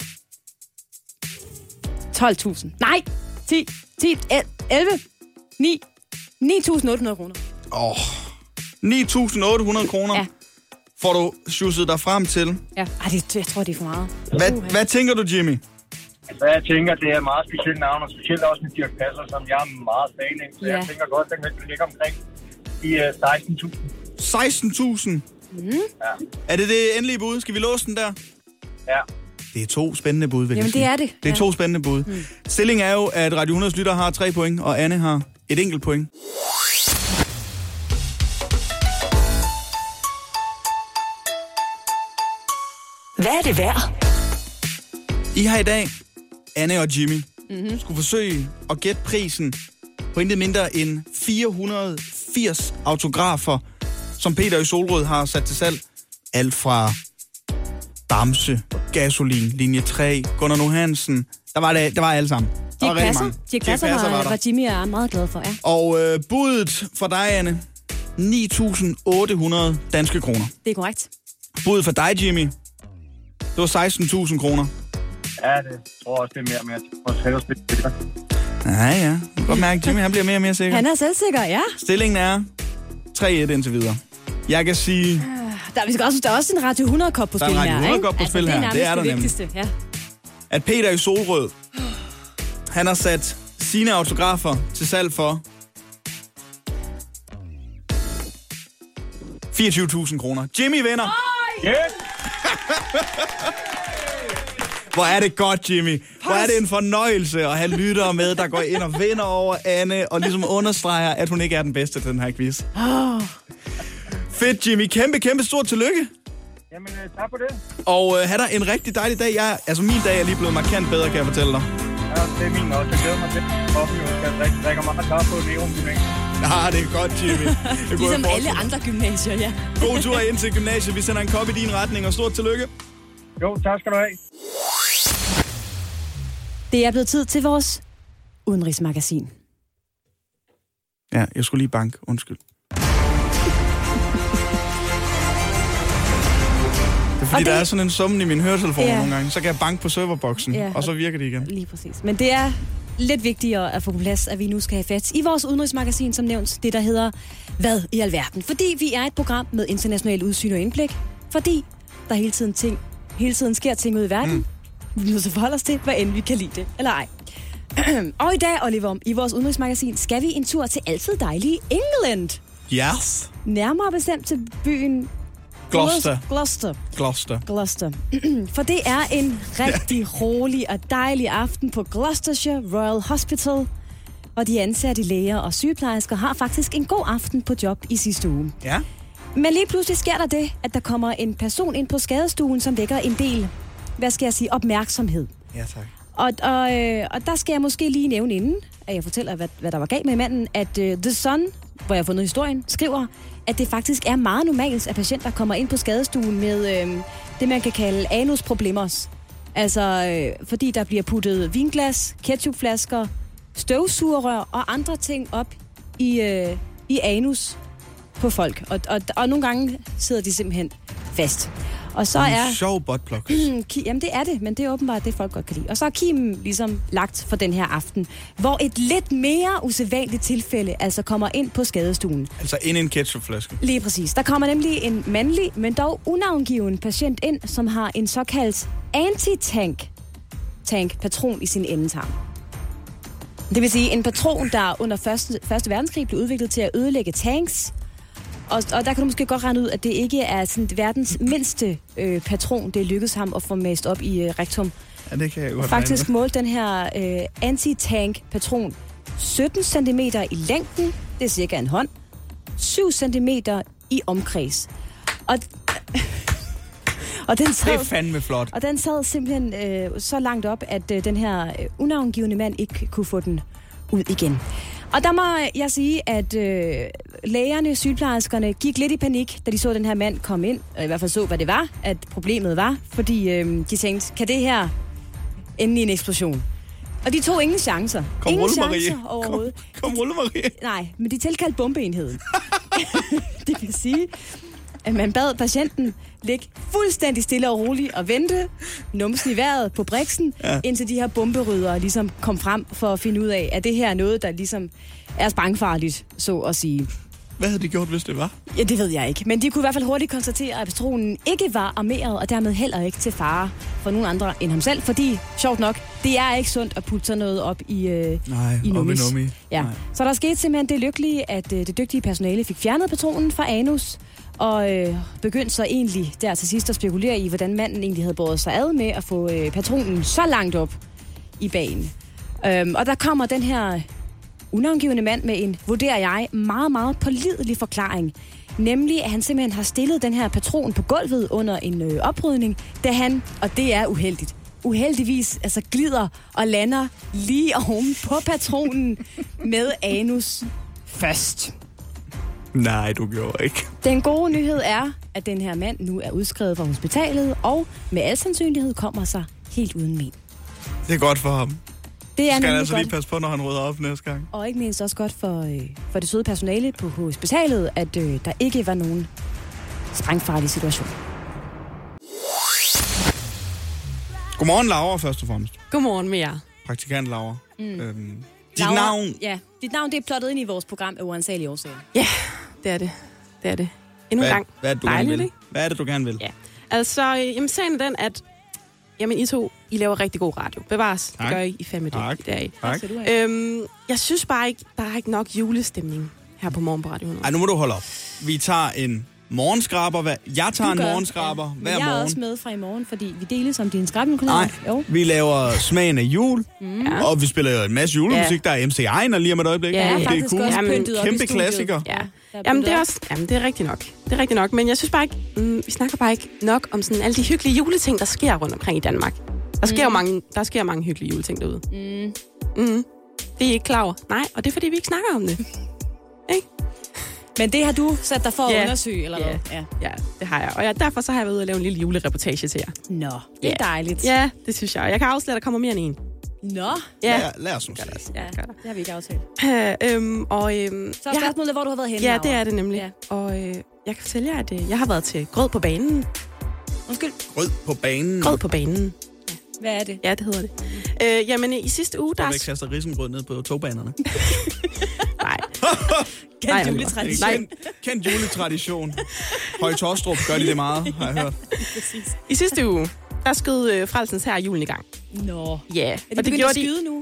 tolv tusind. Nej, ti, ti, elleve, ni, ni tusind otte hundrede kroner. Åh, oh. ni tusind otte hundrede kroner Ja. får du sjusset dig frem til. Ja, Ej, det, jeg tror, det er for meget. Hvad, Uha. hvad tænker du, Jimmy? Så jeg tænker, det er et meget specielt navn, og specielt også med Dirk Passer, som jeg er meget fan af. Så Ja. jeg tænker godt, at den kan ligge omkring i uh, seksten tusind. seksten tusind. Mm. Ja. Er det det endelige bud? Skal vi låse den der? Ja. Det er to spændende bud, vil Jamen, jeg sige. det er det. Det er Ja. to spændende bud. Mm. Stillingen er jo, at Radio hundrede lytter har tre point, og Anne har et enkelt point. Hvad er det værd? I har i dag, Anne og Jimmy, Mm-hmm. skulle forsøge at gætte prisen på intet mindre end fire hundrede og firs autografer, som Peter i Solrød har sat til salg. Alt fra Bamse, Gasolin, linje tre, Gunnar Nu Hansen. Der var, det, der var alle sammen. Der var Dirk rigtig Passer, mange. Dirk Passer var, var der. var Jimmy og jeg meget glad for, ja. Og øh, budet for dig, Anne, ni tusind otte hundrede danske kroner. Det er korrekt. Budet for dig, Jimmy, det var seksten tusind kroner. Ja, det tror også, det er mere, men jeg tror helst, det er Ja, ja. Jeg kan godt mærke, at Jimmy han bliver mere og mere sikker. Han er selvsikker, ja. Stillingen er tre et indtil videre. Jeg kan sige, Der, vi skal også, der er også en Radio hundrede-kop på Der er spil en her, Radio ikke? hundrede-kop på spil her. Altså, Det er det der er nærmest det nemlig. vigtigste, ja. at Peter i Solrød, han har sat sine autografer til salg for fireogtyve tusind kroner. Jimmy vinder. Yeah. Hvor er det godt, Jimmy. Hvor er det en fornøjelse at have lyttere med, der går ind og vinder over Anne, og ligesom understreger, at hun ikke er den bedste til den her quiz. Oh. Fedt, Jimmy. Kæmpe, kæmpe stort tillykke. Jamen, øh, tak for det. Og øh, have dig en rigtig dejlig dag. Jeg, altså, min dag er lige blevet markant bedre, kan jeg fortælle dig. Ja, det er min også. Jeg glæder mig til at jeg skal drikke, drikker meget kaffe på Lerum Gymnasium. Ah, det er godt, Jimmy. Det kunne jeg Ligesom alle forestille mig. andre gymnasier, ja. God tur ind til gymnasiet. Vi sender en kop i din retning, og stort tillykke. Jo, tak skal du have. Det er blevet tid til vores udenrigsmagasin. Ja, jeg skulle lige banke. Undskyld. Det er fordi, Og det- der er sådan en summen i min høretelefon Ja. nogle gange. Så kan jeg banke på serverboksen, Ja. og så virker det igen. Lige præcis. Men det er lidt vigtigere at få på plads, at vi nu skal have fat i vores udenrigsmagasin, som nævnt, det der hedder Hvad i alverden? Fordi vi er et program med international udsyn og indblik. Fordi der hele tiden, ting, hele tiden sker ting ud i verden. Mm. Vi er nødt til at forholde os til, hvad end vi kan lide det, eller ej. Og i dag, Oliver, i vores udenrigsmagasin, skal vi en tur til altid dejlige England. Yes. Nærmere bestemt til byen Gloucester. Gloucester. Gloucester. Gloucester. For det er en rigtig rolig og dejlig aften på Gloucestershire Royal Hospital, og de ansatte læger og sygeplejersker har faktisk en god aften på job i sidste uge. Ja. Men lige pludselig sker der det, at der kommer en person ind på skadestuen, som vækker en del, hvad skal jeg sige, opmærksomhed. Ja, tak. Og, og, øh, og der skal jeg måske lige nævne inden, at jeg fortæller, hvad, hvad der var galt med manden, at øh, The Sun, hvor jeg har fundet historien, skriver, at det faktisk er meget normalt, at patienter kommer ind på skadestuen med øh, det, man kan kalde anusproblemer. Altså, øh, fordi der bliver puttet vinglas, ketchupflasker, støvsugerrør og andre ting op i, øh, i anus på folk. Og, og, og nogle gange sidder de simpelthen fast. Og så er... En sjov buttplug. Jamen, det er det, men det er åbenbart det, folk godt kan lide. Og så er kimen ligesom lagt for den her aften, hvor et lidt mere usædvanligt tilfælde altså kommer ind på skadestuen. Altså ind i en ketchupflaske. Lige præcis. Der kommer nemlig en mandlig, men dog unavngiven patient ind, som har en såkaldt anti-tank tank patron i sin endetarm. Det vil sige en patron, der under første, første verdenskrig blev udviklet til at ødelægge tanks. Og, og der kan du måske godt regne ud, at det ikke er sådan verdens mindste øh, patron, det lykkedes ham at få mast op i øh, rektum. Ja, det kan jeg godt Faktisk målte den her øh, anti-tank-patron sytten centimeter i længden, det er cirka en hånd, syv centimeter i omkreds. Og, og den sad, det er fandme flot. Og den sad simpelthen øh, så langt op, at øh, den her øh, unavngivende mand ikke kunne få den ud igen. Og der må jeg sige, at øh, lægerne, sygeplejerskerne gik lidt i panik, da de så den her mand komme ind, og i hvert fald så, hvad det var, at problemet var, fordi øh, de tænkte, kan det her ende i en eksplosion? Og de tog ingen chancer. Kom, ingen Rulle Marie. chancer overhovedet. Kom, kom Rulle Marie. Nej, men de tilkaldte bombeenheden. Det vil sige, at man bad patienten ligge fuldstændig stille og roligt og vente, numsen i vejret på briksen, ja. Indtil de her bomberydere ligesom kom frem for at finde ud af, at det her er noget, der ligesom er sprængfarligt, så at sige. Hvad havde de gjort, hvis det var? Ja, det ved jeg ikke. Men de kunne i hvert fald hurtigt konstatere, at patronen ikke var armeret, og dermed heller ikke til fare for nogen andre end ham selv, fordi, sjovt nok, det er ikke sundt at putte sådan noget op i øh, Nej, i nummis. op i nummi. Ja. Så der skete simpelthen det lykkelige, at øh, det dygtige personale fik fjernet patronen fra anus, og øh, begyndte så egentlig der til sidst at spekulere i, hvordan manden egentlig havde båret sig ad med at få øh, patronen så langt op i bagen. Øhm, og der kommer den her unavngivende mand med en, vurderer jeg, meget, meget pålidelig forklaring. Nemlig, at han simpelthen har stillet den her patron på gulvet under en øh, oprydning, da han, og det er uheldigt, uheldigvis altså glider og lander lige oven på patronen med anus først. Nej, du gjorde ikke. Den gode nyhed er, at den her mand nu er udskrevet fra hospitalet, og med al sandsynlighed kommer sig helt uden men. Det er godt for ham. Det er skal han altså godt. lige passe på, når han rydder op næste gang. Og ikke mindst også godt for, øh, for det søde personale på hospitalet, at øh, der ikke var nogen sprængfarlig situation. Godmorgen, Laura, først og fremmest. Godmorgen med jer. Praktikant Laura. Mm. Øhm, dit Laura, navn... Ja, dit navn det er plottet ind i vores program af uansagelige årsager. Ja, det er det. Det er det. Endnu en hvad, gang. Hvad er det, du Dejligt, gerne vil? ikke? Hvad er det, du gerne vil? Ja. Altså, øh, jamen, sagen er den, at jamen, I to, I laver rigtig god radio. Bevares. Tak. Det gør I i fem Tak. Det er I. Tak. Så du er. Øhm, jeg synes bare ikke, der er ikke nok julestemning her på Morgen på Radio hundrede. Ej, nu må du holde op. Vi tager en morgenskraber. Hver... Jeg tager Du en gør. morgenskraber Ja. hver Jeg er morgen. også med fra i morgen, fordi vi deles om din skrabbenkanal. Nej, Jo. vi laver smagen af jul, Mm. Ja. og vi spiller jo en masse julemusik. Ja. Der er M C Ejner lige om et øjeblik. Ja, Jeg ja. er Det er faktisk cool. også Jamen, pyntet op i kæmpe studiet. klassiker. Ja. Der er Jamen, pyntet det er op. også, jamen, det er rigtigt nok. Det er rigtigt nok, men jeg synes bare ikke, mm, vi snakker bare ikke nok om sådan alle de hyggelige juleting, der sker rundt omkring i Danmark. Der sker mm. jo mange, der sker mange hyggelige juleting derude. Mm. Mm. Det er I ikke klar over. Nej, og det er fordi, vi ikke snakker om det. Ikke? Men det har du sat dig for at Ja. undersøge, eller Ja. hvad? Ja. Ja, det har jeg. Og jeg, derfor så har jeg været ude og lave en lille julereportage til jer. Nå, det er Ja. dejligt. Ja, det synes jeg. Jeg kan afsløre, at der kommer mere end en. Nå, Ja. Lad, lad os nu se. ja, Gør der. det har vi ikke aftalt. Øh, øhm, og, øhm, Så er spørgsmålet, hvor du har været henne. Ja, Laura. det er det nemlig. Ja. Og øh, jeg kan fortælle jer, at øh, jeg har været til grød på banen. Undskyld, Rød på banen. Grød på banen. hvad er det? Ja, det hedder det. Øh, jamen, i sidste uge, der... Der kaster risengrød ned på togbanerne. Nej. Kendt Nej, juletradition. Nej. Kendt, kendt juletradition. Høje Tostrup gør de det meget, har jeg hørt. I sidste uge, der skød øh, Frelsens her julen i gang. Nå. Ja, Er de og det begyndt gjorde at de... skyde nu?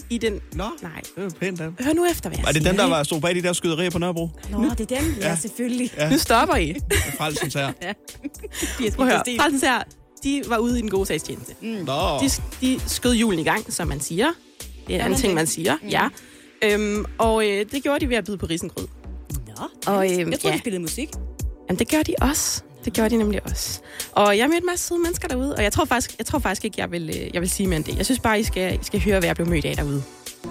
i den... Nå, Nej. det var pænt af. Hør nu efter, hvad jeg Er det siger, den, der ikke? var stod bag de der skyderier på Nørrebro? Nå, det er dem. Ja, ja selvfølgelig. Ja. Nu stopper I. Frelsens her. Ja. Prøv at høre. Frelsens her, de var ude i den gode sagstjeneste. Mm. Nå. De, de skød julen i gang, som man siger. Det er en anden ting, man siger. Mm. Ja. Øhm, og øh, det gjorde de ved at byde på risengrød. Nå, Og, øh, jeg tror, ja. de spillede musik. Jamen, det gør de også. Det gjorde de nemlig også. Og jeg mødte en masse søde mennesker derude, og jeg tror faktisk, jeg tror faktisk ikke, jeg vil, øh, jeg vil sige mere end det. Jeg synes bare, I skal, I skal høre, hvad jeg blev mødt af derude.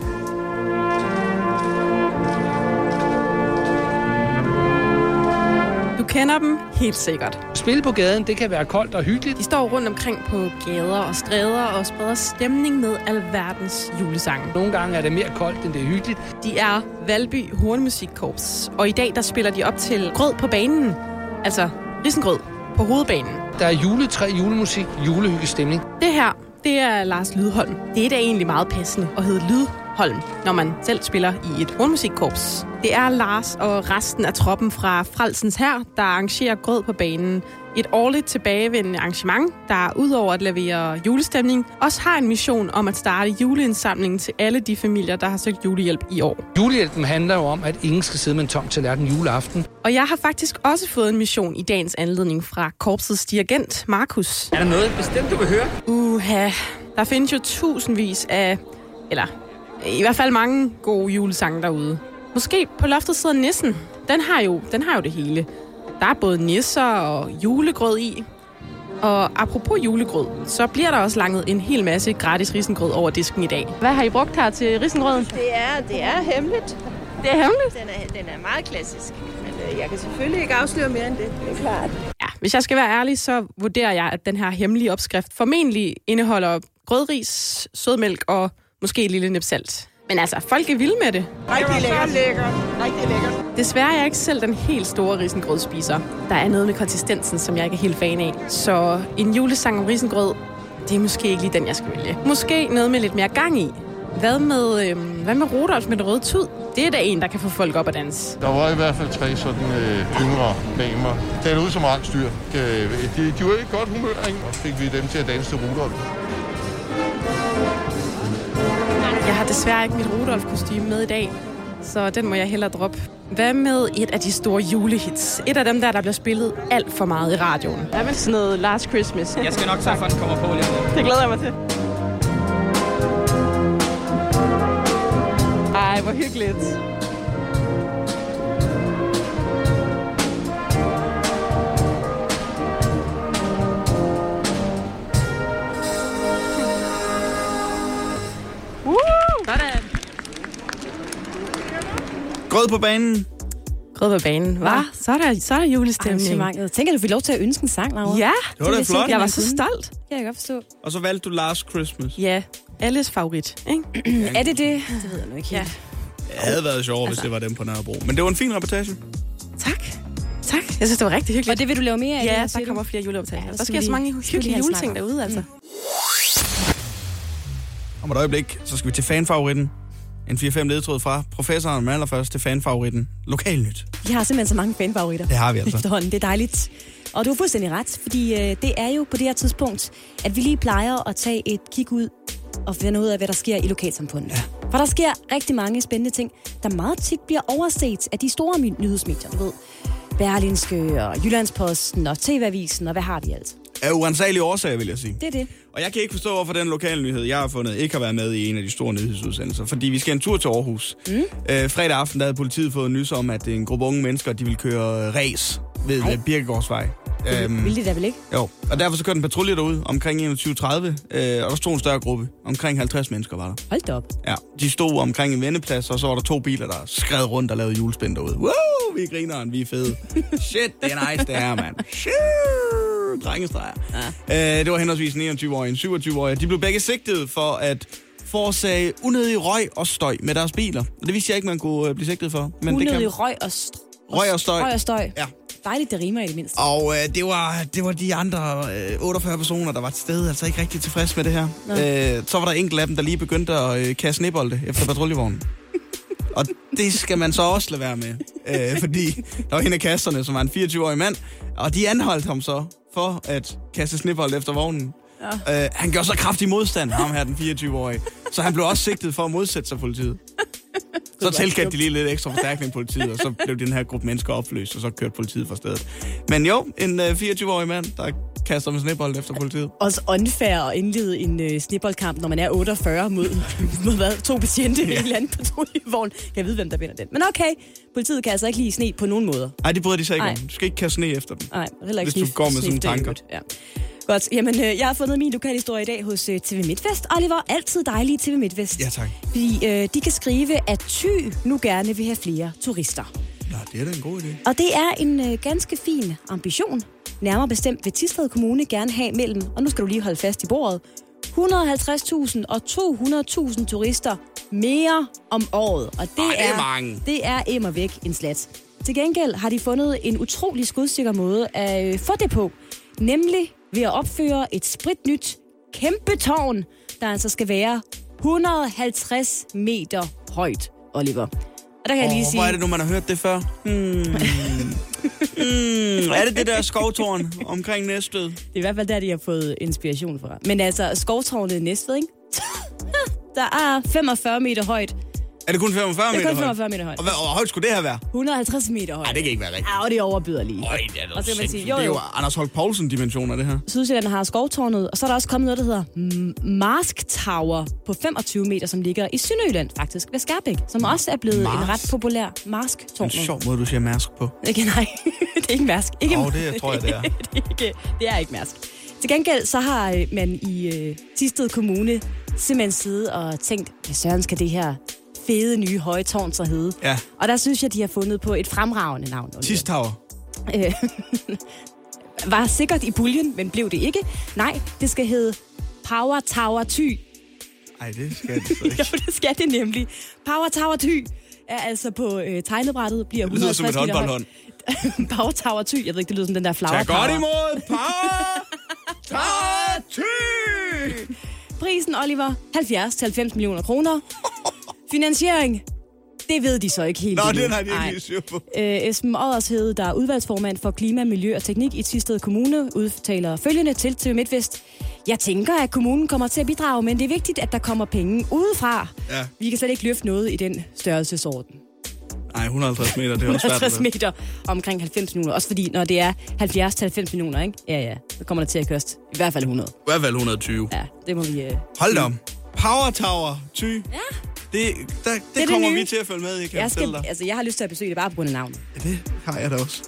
Du kender dem helt sikkert. Spille på gaden, det kan være koldt og hyggeligt. De står rundt omkring på gader og stræder og spreder stemning med alverdens julesange. Nogle gange er det mere koldt, end det er hyggeligt. De er Valby Hornmusikkorps, og i dag der spiller de op til Grød på banen. Altså risengrød på hovedbanen. Der er juletræ, julemusik, julehyggestemning. Det her, det er Lars Lydholm. Det er da egentlig meget passende at hedde Lydholm, når man selv spiller i et hornmusikkorps. Det er Lars og resten af troppen fra Frelsens Hær, der arrangerer Grød på banen. Et årligt tilbagevendende arrangement, der udover at levere julestemning, også har en mission om at starte juleindsamlingen til alle de familier, der har søgt julehjælp i år. Julehjælpen handler jo om, at ingen skal sidde med en tom tallerken juleaften. Og jeg har faktisk også fået en mission i dagens anledning fra korpsets dirigent, Markus. Er der noget bestemt, du vil høre? Uha, der findes jo tusindvis af, eller i hvert fald mange gode julesange derude. Måske på loftet sidder nissen. Den har jo, den har jo det hele. Der er både nisser og julegrød i. Og apropos julegrød, så bliver der også langet en hel masse gratis risengrød over disken i dag. Hvad har I brugt her til risengrøden? Det er, det er hemmeligt. Det er hemmeligt? Den er, den er meget klassisk. Men øh, jeg kan selvfølgelig ikke afsløre mere end det. Det er klart. Ja, hvis jeg skal være ærlig, så vurderer jeg, at den her hemmelige opskrift formentlig indeholder grødris, sødmælk og måske et lille nip salt. Men altså, folk er vilde med det. Rigtig lækkert. lækkert. Rigtig lækkert. Desværre er jeg ikke selv den helt store risengrødspiser. Der er noget med konsistensen, som jeg ikke er helt fan af. Så en julesang om risengrød, det er måske ikke lige den, jeg skal vælge. Måske noget med lidt mere gang i. Hvad med, øhm, hvad med Rudolf med det røde tud? Det er da en, der kan få folk op at danse. Der var i hvert fald tre sådan øh, yngre damer. Det er ud som rensdyr. Øh, de, de var i et godt humør, ikke? Og fik vi dem til at danse til Rudolf. Jeg har desværre ikke mit Rudolf-kostyme med i dag, så den må jeg hellere droppe. Hvad med et af de store julehits? Et af dem der, der bliver spillet alt for meget i radioen. Hvad med sådan noget Last Christmas? Jeg skal nok tage for, at den kommer på lige nu. Det glæder jeg mig til. Ej, hvor hyggeligt. Sådan. Grød på banen. Grød på banen, hva? Ja. Så er der, så er der julestemning. Jeg tænker, du fik lov til at ønske en sang, Laura. Ja, det var da flot. Jeg var så stolt. Ja, jeg kan godt forstå. Og så valgte du Last Christmas. Ja, alles favorit, ikke? Er det det? Det ved jeg nu ikke helt. Det havde været sjovt, altså, hvis det var dem på Nørrebro. Men det var en fin reportage. Tak. Tak. Jeg synes, det var rigtig hyggeligt. Og det vil du lave mere af? Ja, det, der kommer flere juleoptagelser. Ja, der sker så mange hyggelige juleting derude, altså. Mm. Om et øjeblik, så skal vi til fanfavoritten. En fire fem ledtråd fra professoren, men allerførst til fanfavoritten. Lokalnyt. Vi har simpelthen så mange fanfavoritter. Det har vi altså. Efterhånden. Det er dejligt. Og du har fuldstændig ret, fordi øh, det er jo på det her tidspunkt, at vi lige plejer at tage et kig ud og finde ud af, hvad der sker i lokalsamfundet. Ja. For der sker rigtig mange spændende ting, der meget tit bliver overset af de store nyhedsmedier, du ved. Berlingske og Jyllandsposten og T V-avisen, og hvad har vi altså? Af uansagelige årsager, vil jeg sige. Det er det. Og jeg kan ikke forstå, hvorfor den lokale nyhed, jeg har fundet, ikke har været med i en af de store nyhedsudsendelser. Fordi vi skal en tur til Aarhus. Mm. Øh, fredag aften, der havde politiet fået nys om, at en gruppe unge mennesker, de ville køre race ved Ej. Birkegårdsvej. Øhm, Vil de da vel ikke? Jo, og derfor så kørte en patrulje derud omkring enogtyve tredive, øh, og der stod en større gruppe. Omkring halvtreds mennesker var der. Hold da op. Ja, de stod omkring en vendeplads, og så var der to biler, der skred rundt og lavede julespind derude. Wow, vi griner, vi er fede. Shit, det er nice, det her, mand. Shit, drengestreger. Ja. Øh, det var henholdsvis en enogtyve-årig og en syvogtyve-årig. De blev begge sigtet for at forårsage unødig røg og støj med deres biler. Og det vidste jeg ikke, man kunne blive sigtet for. Men unødig det kan... røg og støj. Røg og støj. Røg og støj. Ja. Dejligt, det rimer i det mindste. Og øh, det, var, det var de andre øh, otteogfyrre personer, der var til stede, altså ikke rigtig tilfredse med det her. Øh, så var der enkelt af dem, der lige begyndte at øh, kaste snebolde efter patruljevognen. Og det skal man så også lade være med. Øh, fordi der var en af kasterne, som var en fireogtyve-årig mand, og de anholdt ham så for at kaste snebolde efter vognen. Ja. Øh, han gjorde så kraftig modstand, ham her, den fireogtyve-årige. Så han blev også sigtet for at modsætte sig politiet. Så tilkendte de lige lidt ekstra forstærkning på politiet, og så blev den her gruppe mennesker opløst, og så kørte politiet fra stedet. Men jo, en uh, fireogtyve-årig mand, der kaster med snebold efter politiet. Også unfair at indlede en uh, sneboldkamp, når man er otteogfyrre mod, mod hvad, to betjente ja. i en eller anden patruljevogn. Kan jeg vide, hvem der vinder den. Men okay, politiet kan altså ikke lide sne på nogen måder. Nej, de bryder de sig ikke om. Du skal ikke kaste sne efter dem. Nej, heller ikke hvis du går med sådan tanker. Ja. Godt, jamen øh, jeg har fundet min lokalhistorie i dag hos øh, T V MidtVest. Oliver, altid dejlige T V MidtVest. Ja, tak. Fordi øh, de kan skrive, at Thy nu gerne vil have flere turister. Nå, det er da en god idé. Og det er en øh, ganske fin ambition. Nærmere bestemt vil Thisted Kommune gerne have mellem, og nu skal du lige holde fast i bordet, et hundrede og halvtreds tusind og to hundrede tusind turister mere om året. Og det, Ej, er, det er mange. Det er immer væk en slat. Til gengæld har de fundet en utrolig skudsikker måde at øh, få det på. Nemlig ved at opføre et spritnyt kæmpe tårn, der altså skal være et hundrede og halvtreds meter højt, Oliver. Og der kan oh, jeg lige sige... Hvor er det nu, man har hørt det før? Hmm. hmm. Er det det der skovtårn omkring Næstved? Det er i hvert fald der, de har fået inspiration fra. Men altså, skovtårnet i Næstved, ikke? Der er femogfyrre meter højt. Er det kun femogfyrre meter højt? Det er kun femogfyrre meter højt. Og hvor højt skulle det her være? et hundrede og halvtreds meter højt. Nej, det kan ikke være rigtigt. Ja, og det overbyder lige. Øj, det er da og så man sige, jo, jo. Det er jo Anders Holk Poulsen-dimensioner, det her. Sydsjælland har skovtårnet, og så er der også kommet noget, der hedder Mask Tower på femogtyve meter, som ligger i Sønderjylland, faktisk, ved Skærbæk, som også er blevet Mars. En ret populær Mask-tårn. En sjov måde, du siger Mærsk på. Ikke, nej, det er ikke Mærsk. Ikke Åh, oh, det tror jeg, det er. det, er ikke, det er ikke Mærsk. Til gengæld så har man i uh, Thisted Kommune simpelthen siddet og tænkt, hvad søren skal det her fede nye høje tårn så hedde. Ja. Og der synes jeg, de har fundet på et fremragende navn. Tis Tower. Øh, var sikkert i puljen, men blev det ikke. Nej, det skal hedde Power Tower Thy. Ej, det skal det så ikke. Jo, det skal det nemlig. Power Tower Thy er altså på øh, tegnebrættet. Bliver det lyder som et håndboldhånd. Power Tower Thy. Jeg ved ikke, det lyder som den der flower power. Tag godt imod Power Tower Thy! Prisen, Oliver, halvfjerds til halvfems millioner kroner. Finansiering, det ved de så ikke helt. Nå, det har de ikke lige styr på. Øh, Esben Oddershed, der er udvalgsformand for Klima, Miljø og Teknik i Thisted Kommune, udtaler følgende til T V MidtVest. Jeg tænker, at kommunen kommer til at bidrage, men det er vigtigt, at der kommer penge udefra. Ja. Vi kan slet ikke løfte noget i den størrelsesorden. Nej, et hundrede og halvtreds meter, det er også svært. et hundrede og halvtreds meter omkring halvfems millioner. Også fordi, når det er halvfjerds til halvfems millioner, ikke? Ja, ja, så kommer der til at koste i hvert fald hundrede. I hvert fald et hundrede og tyve. Ja, det må vi... Uh, Hold da om. Power Tower Thy. Ja. Det, der, det, det kommer det vi til at følge med i, kan jeg, jeg skal, altså, jeg har lyst til at besøge det bare på grund af navnet. Ja, det har jeg da også.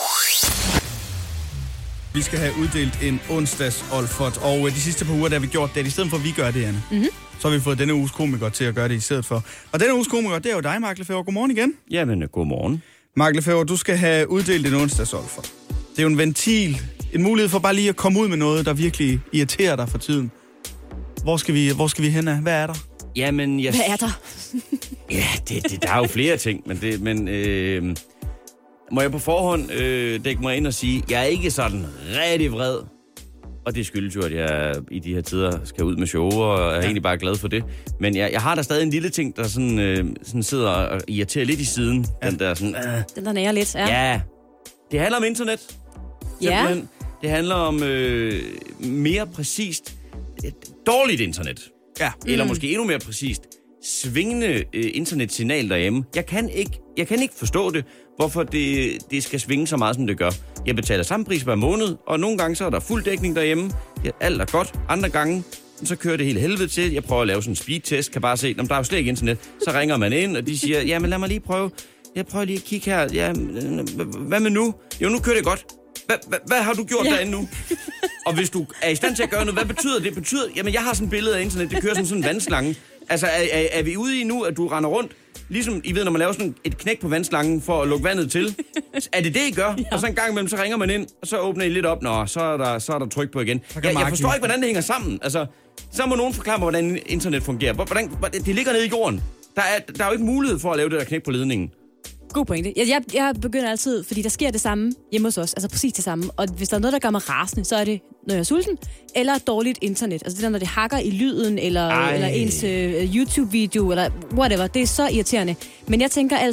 Vi skal have uddelt en onsdags Olfert, og de sidste par uger, der har vi gjort det, i stedet for at vi gør det, Anne. Mm-hmm. Så har vi fået denne uges komiker til at gøre det i stedet for. Og denne uges komiker, det er jo dig, Mark Lefebvre. Godmorgen igen. Jamen, godmorgen. Mark Lefebvre, du skal have uddelt en onsdags Olfert. Det er jo en ventil, en mulighed for bare lige at komme ud med noget, der virkelig irriterer dig for tiden. Hvor skal vi, hvor skal vi hen af? Hvad er der? Jamen, jeg... Hvad er der? ja, det, det, der er jo flere ting, men, det, men øh, må jeg på forhånd øh, dække mig ind og sige, jeg er ikke sådan rigtig vred. Og det skyldes jo, at jeg i de her tider skal ud med show, og er ja. egentlig bare glad for det. Men jeg, jeg har der stadig en lille ting, der sådan, øh, sådan sidder og irriterer lidt i siden. Ja. Den der sådan... Øh, den der nærer lidt, ja. Ja. Det handler om internet. Ja. Det handler om øh, mere præcist et dårligt internet. Ja. Eller Mm. måske endnu mere præcist, svingende øh, internetsignal derhjemme. Jeg kan ikke, jeg kan ikke forstå det, hvorfor det, det skal svinge så meget, som det gør. Jeg betaler samme pris hver måned, og nogle gange så er der fuld dækning derhjemme. Ja, alt er godt. Andre gange, så kører det hele helvede til. Jeg prøver at lave sådan en speedtest, kan bare se, når der er jo slet ikke internet. Så ringer man ind, og de siger, jamen lad mig lige prøve. Jeg prøver lige at kigge her. Ja, hvad med nu? Jo, nu kører det godt. Hvad, hvad, hvad har du gjort ja. derinde nu? Og hvis du er i stand til at gøre noget, hvad betyder det? Det betyder, jamen jeg har sådan et billede af internet, det kører som sådan en vandslange. Altså er, er, er vi ude i nu, at du render rundt, ligesom I ved, når man laver sådan et knæk på vandslangen for at lukke vandet til? Er det det, I gør? Ja. Og så en gang imellem, så ringer man ind, og så åbner I lidt op, nå, så er der, så er der tryk på igen. Jeg, jeg forstår ikke, hvordan det hænger sammen. Altså, så må nogen forklare mig, hvordan internet fungerer. Hvordan, det ligger nede i jorden. Der er, der er jo ikke mulighed for at lave det der knæk på ledningen. God pointe. Jeg, jeg, jeg begynder altid, fordi der sker det samme hjemme hos os. Altså præcis det samme. Og hvis der er noget, der gør mig rasende, så er det, når jeg er sulten, eller dårligt internet. Altså det der, når det hakker i lyden, eller, eller ens uh, YouTube-video, eller whatever. Det er så irriterende. Men jeg tænker altid,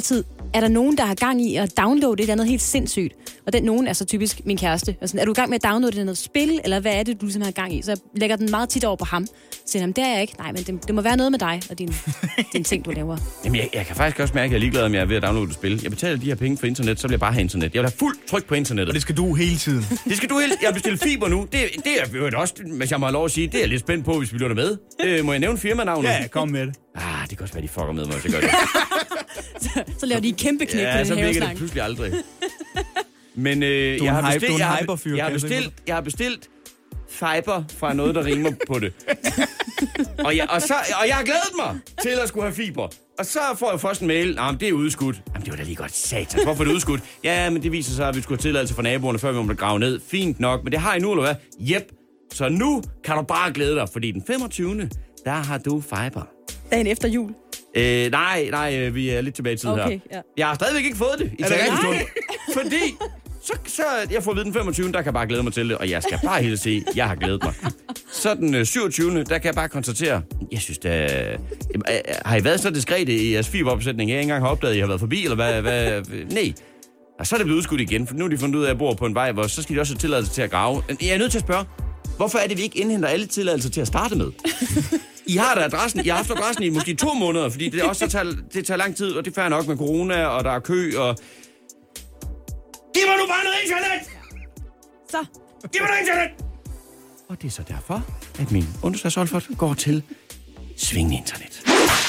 er der nogen, der har gang i at downloade et eller andet helt sindssygt. Og den nogen er så typisk min kæreste. Og sådan, er du i gang med at downloade noget spil, eller hvad er det, du simpelthen har gang i? Så jeg lægger den meget tit over på ham. Så siger han, det er jeg ikke. Nej, men det, det må være noget med dig og din, din ting, du laver. Jamen, jeg, jeg kan faktisk også mærke, at jeg er ligeglad, om jeg er ved at downloade et spil. Jeg betaler de her penge for internet, så vil jeg bare have internet. Jeg vil have fuld tryk på internettet. Og det skal du hele tiden. Det skal du hele Jeg har bestilt fiber nu. Det, det er jo også, hvis jeg må have lov at sige, det er jeg lidt spændt på, hvis vi lytter med. Øh, må jeg nævne firmanavnet? Ja, kom med det. Ah, det kan også være, de fucker med mig, hvis jeg gør det. så, så laver de et kæmpe knæk ja, på den her haveslang. Ja, så virker det pludselig aldrig. Men øh, du jeg, har hype, bestilt, jeg, har, jeg, har bestilt, jeg har bestilt fiber fra noget, der rimer på det. og, jeg, og, så, og jeg har glædet mig til at skulle have fiber. Og så får jeg først en mail. Jamen, det er udskudt. Jamen, det var da lige godt satans. Hvorfor er det udskudt? Ja, men det viser sig, at vi skulle have tilladelse fra naboerne, før vi må grave ned. Fint nok, men det har I nu, eller hvad? Jep. Så nu kan du bare glæde dig, fordi den femogtyvende der har du fiber. Dagen efter jul? Øh, nej, nej, vi er lidt tilbage i tid okay, her. Ja. Jeg har stadigvæk ikke fået det i talende stund. Fordi, så, så jeg får at vide den femogtyvende der kan jeg bare glæde mig til det, og jeg skal bare helt se, jeg har glædet mig. Så den syvogtyvende der kan jeg bare konstatere, jeg synes, da, har I været så diskrete i jeres fiberopsætning, jeg ikke engang har opdaget, at I har været forbi, eller hvad? hvad nej. Og så er det blevet udskudt igen, for nu har de fundet ud af, at jeg bor på en vej, hvor så skal de også have tilladelse til at grave. Jeg er nødt til at spørge, hvorfor er det, vi ikke indhenter alle tilladelser til at starte med? I har da adressen, I har haft adressen i måske to måneder, fordi det også tager, det tager lang tid, og det er fair nok med corona, og der er kø, og... Giv mig nu bare noget internet! Så. Giv mig noget internet! Og det er så derfor, at min onsdagsolfert går til svingende internet.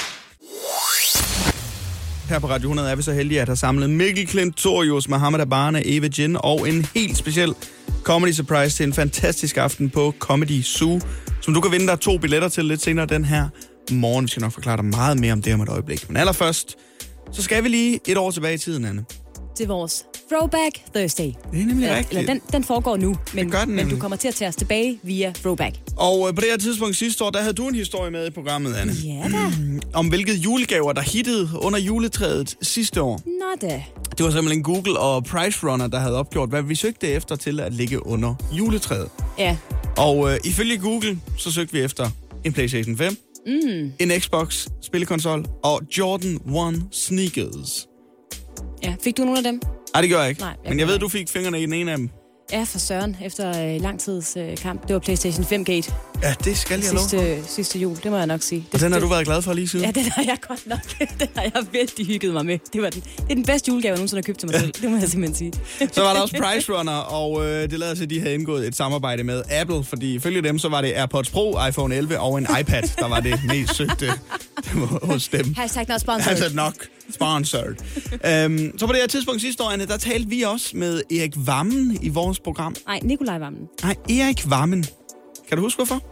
Her på Radio hundrede er vi så heldige at have samlet Mikkel Klintorius, Mohammed Abane, Eva Jin og en helt speciel comedy surprise til en fantastisk aften på Comedy Zoo, som du kan vinde dig to billetter til lidt senere den her morgen. Vi skal nok forklare dig meget mere om det om et øjeblik. Men allerførst, så skal vi lige et år tilbage i tiden, Anne. Til vores Throwback Thursday. Det er nemlig eller, rigtigt. Eller den, den foregår nu, men, den men du kommer til at tage os tilbage via Throwback. Og øh, på det her tidspunkt sidste år, der havde du en historie med i programmet, Anne. Ja da. Om hvilke julegaver, der hittede under juletræet sidste år. Nå da. Det var simpelthen Google og Pricerunner, der havde opgjort, hvad vi søgte efter til at ligge under juletræet. Ja. Og øh, ifølge Google, så søgte vi efter en PlayStation fem, mm. en Xbox spillekonsol og Jordan one sneakers. Ja, fik du nogle af dem? Nej, det gør jeg ikke. Nej, jeg Men jeg ved, du fik fingrene i den ene af dem. Ja, for søren, efter øh, lang tids øh, kamp. Det var PlayStation fem Gate. Ja, det skal jeg love. Sidste, sidste jul, det må jeg nok sige. Og den har det, du været glad for lige siden? Ja, den har jeg godt nok. Den har jeg virkelig hygget mig med. Det, var den, det er den bedste julegave, jeg nogensinde har købt til mig selv. Det må jeg simpelthen sige. Så var der også Pricerunner, og øh, det lader sig, at de havde indgået et samarbejde med Apple, fordi ifølge dem, så var det AirPods Pro, iPhone elleve og en iPad, der var det mest søgte hos dem. Hashtag not sponsored. Hashtag nok sponsored. um, så på det her tidspunkt sidste år, Anne, der talte vi også med Erik Wammen i vores program. Nej, Nikolaj Wammen. Nej, Erik Wammen. Kan du huske, hvorfor?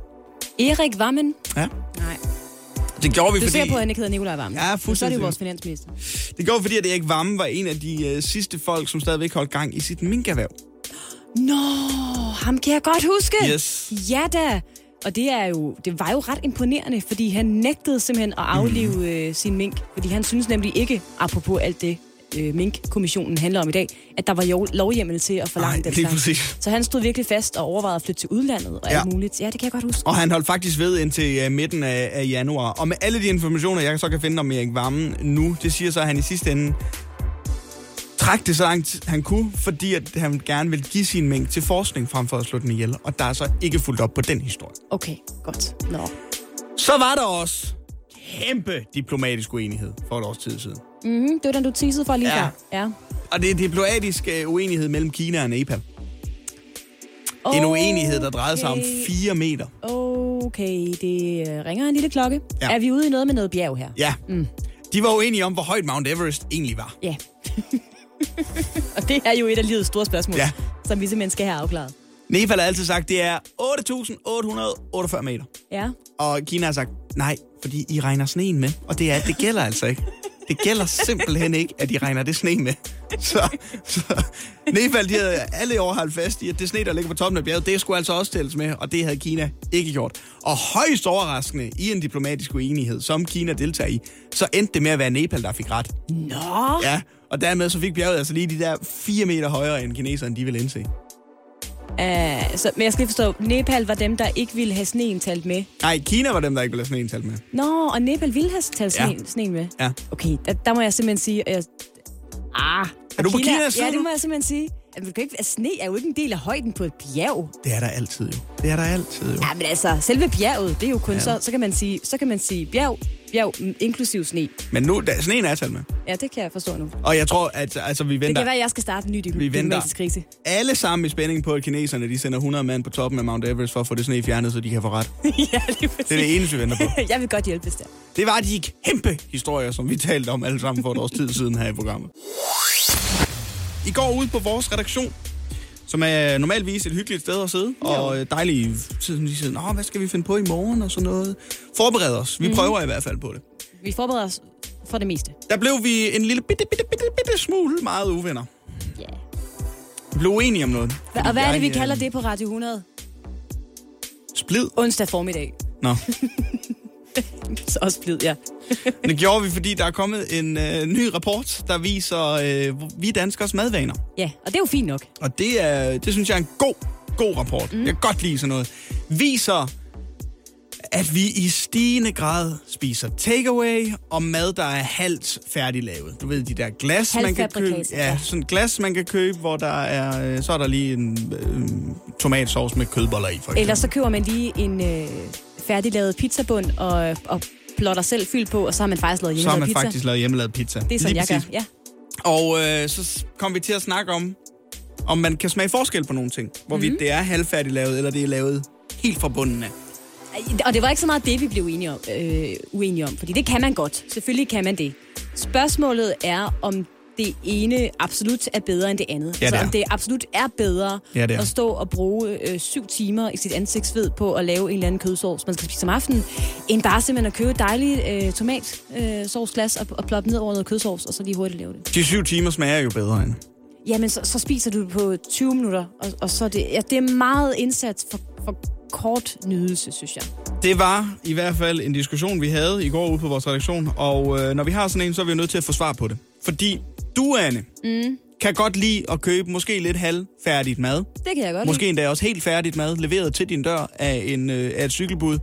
Erik Wammen? Ja. Nej. Det gjorde vi, du fordi... ser på, at han ikke hedder Nikolaj Wammen. Ja, fuldstændig. Så er det jo vores finansminister. Det gjorde vi, fordi at Erik Wammen var en af de uh, sidste folk, som stadigvæk holdt gang i sit minkerhverv. Nå, ham kan jeg godt huske. Yes. Ja da. Og det, er jo, det var jo ret imponerende, fordi han nægtede simpelthen at aflive mm. øh, sin mink. Fordi han synes nemlig ikke, apropos alt det, øh, Mink-kommissionen handler om i dag, at der var jo lovhjemmel til at forlange den slags. Så han stod virkelig fast og overvejede at flytte til udlandet og ja. alt muligt. Ja, det kan jeg godt huske. Og han holdt faktisk ved indtil uh, midten af, af januar. Og med alle de informationer, jeg så kan finde om Erik Wammen nu, det siger så, at han i sidste ende træk det så langt han kunne, fordi at han gerne vil give sin mink til forskning frem for at slå den ihjel. Og der er så ikke fulgt op på den historie. Okay, godt. Nå. Så var der også kæmpe diplomatisk uenighed for et års tid siden. Mm-hmm, det var den, du teasede for lige ja. der. Ja. Og det er diplomatisk uh, uenighed mellem Kina og Nepal. Oh, en uenighed, der drejede sig om fire meter. Okay, det ringer en lille klokke. Ja. Er vi ude i noget med noget bjerg her? Ja. Mm. De var uenige om, hvor højt Mount Everest egentlig var. Ja. Og det er jo et af livets store spørgsmål, ja. som vi simpelthen skal have afklaret. Nepal har altid sagt, det er otte tusind otte hundrede otteogfyrre meter. Ja. Og Kina har sagt, nej, fordi I regner sneen med. Og det, er, det gælder altså ikke. Det gælder simpelthen ikke, at I regner det sne med. Så, så Nepal, de havde alle år holdt fast i, at det sne, der ligger på toppen af bjerget, det skulle altså også tælles med, og det havde Kina ikke gjort. Og højst overraskende i en diplomatisk uenighed, som Kina deltager i, så endte det med at være Nepal, der fik ret. Nå! Ja, og dermed så fik bjerget altså lige de der fire meter højere, end kineserne de ville indse. Uh, så, men jeg skal lige forstå, Nepal var dem, der ikke ville have sneen talt med. Nej, Kina var dem, der ikke ville have sneen talt med. Nå, og Nepal ville have talt sneen, ja. sneen med? Ja. Okay, der, der må jeg simpelthen sige... Jeg, ah, er du på Kina, Kinas side? Ja, det må jeg simpelthen sige. Altså, ikke, altså, sne er jo ikke en del af højden på et bjerg. Det er der altid jo. Det er der altid jo. Ja, men altså, selve bjerget, det er jo kun ja. så, så kan man sige, så kan man sige bjerg, bjerg inklusiv sne. Men nu, da, sneen er talt med. Ja, det kan jeg forstå nu. Og jeg tror, at altså, vi venter... Det kan være, at jeg skal starte en ny diplomatisk krise. Alle sammen i spænding på, at kineserne de sender hundrede mand på toppen af Mount Everest for at få det sne fjernet, så de kan få ret. Ja, lige præcis. Det er det eneste, vi venter på. Jeg vil godt hjælpe, hvis det er. Det var de kæmpe historier, som vi talte om alle sammen for et års tid siden her i programmet. I går ud på vores redaktion, som er normalvis et hyggeligt sted at sidde, jo. Og dejligt tid, de siger, nå, hvad skal vi finde på i morgen og sådan noget. Forbered os. Vi mm-hmm. prøver i hvert fald på det. Vi forbereder os for det meste. Der blev vi en lille bitte, bitte, bitte, bitte smule meget uvenner. Ja. Yeah. Vi blev uenige om noget. Hva, og hvad er det, vi jeg, kalder det på Radio hundrede? Splid. Onsdag formiddag. Nå. Så også splid, ja. Det gjorde vi, fordi der er kommet en øh, ny rapport, der viser øh, vi danskers madvaner. Ja, og det er jo fint nok. Og det, er, det synes jeg er en god, god rapport. Mm. Jeg kan godt lide sådan noget. Viser, at vi i stigende grad spiser takeaway og mad, der er halvt færdiglavet. Du ved, de der glas, man kan købe. Ja, sådan glas, man kan købe, hvor der er, øh, så er der lige en øh, tomatsauce med kødboller i, for eksempel. Eller så køber man lige en øh, færdiglavet pizzabund og, og plotter selv fyld på, og så har man faktisk lavet hjemmelavet pizza. Så har man faktisk lavet hjemmelavet pizza. Det er sådan, jeg gør, ja. Og øh, så kom vi til at snakke om, om man kan smage forskel på nogle ting. Hvorvidt mm-hmm. det er halvfærdigt lavet, eller det er lavet helt fra bunden af. Og det var ikke så meget det, vi blev uenige om, øh, uenige om, fordi det kan man godt. Selvfølgelig kan man det. Spørgsmålet er, om det ene absolut er bedre end det andet. Ja, det altså, om det absolut er bedre ja, det er. at stå og bruge øh, syv timer i sit ansigtsved på at lave en eller anden kødsovs, man skal spise om aftenen, end bare simpelthen at købe dejlig øh, tomatsovsglas øh, og, og ploppe ned over noget kødsovs, og så lige hurtigt lave det. De syv timer smager jo bedre end. Jamen, så, så spiser du det på tyve minutter, og, og så er det, ja, det er meget indsats for, for kort nydelse, synes jeg. Det var i hvert fald en diskussion, vi havde i går ude på vores redaktion, og øh, når vi har sådan en, så er vi nødt til at få svar på det. Fordi du, Anne, mm. kan godt lide at købe måske lidt halvfærdigt mad. Det kan jeg godt Måske lide. endda også helt færdigt mad, leveret til din dør af, en, øh, af et cykelbud.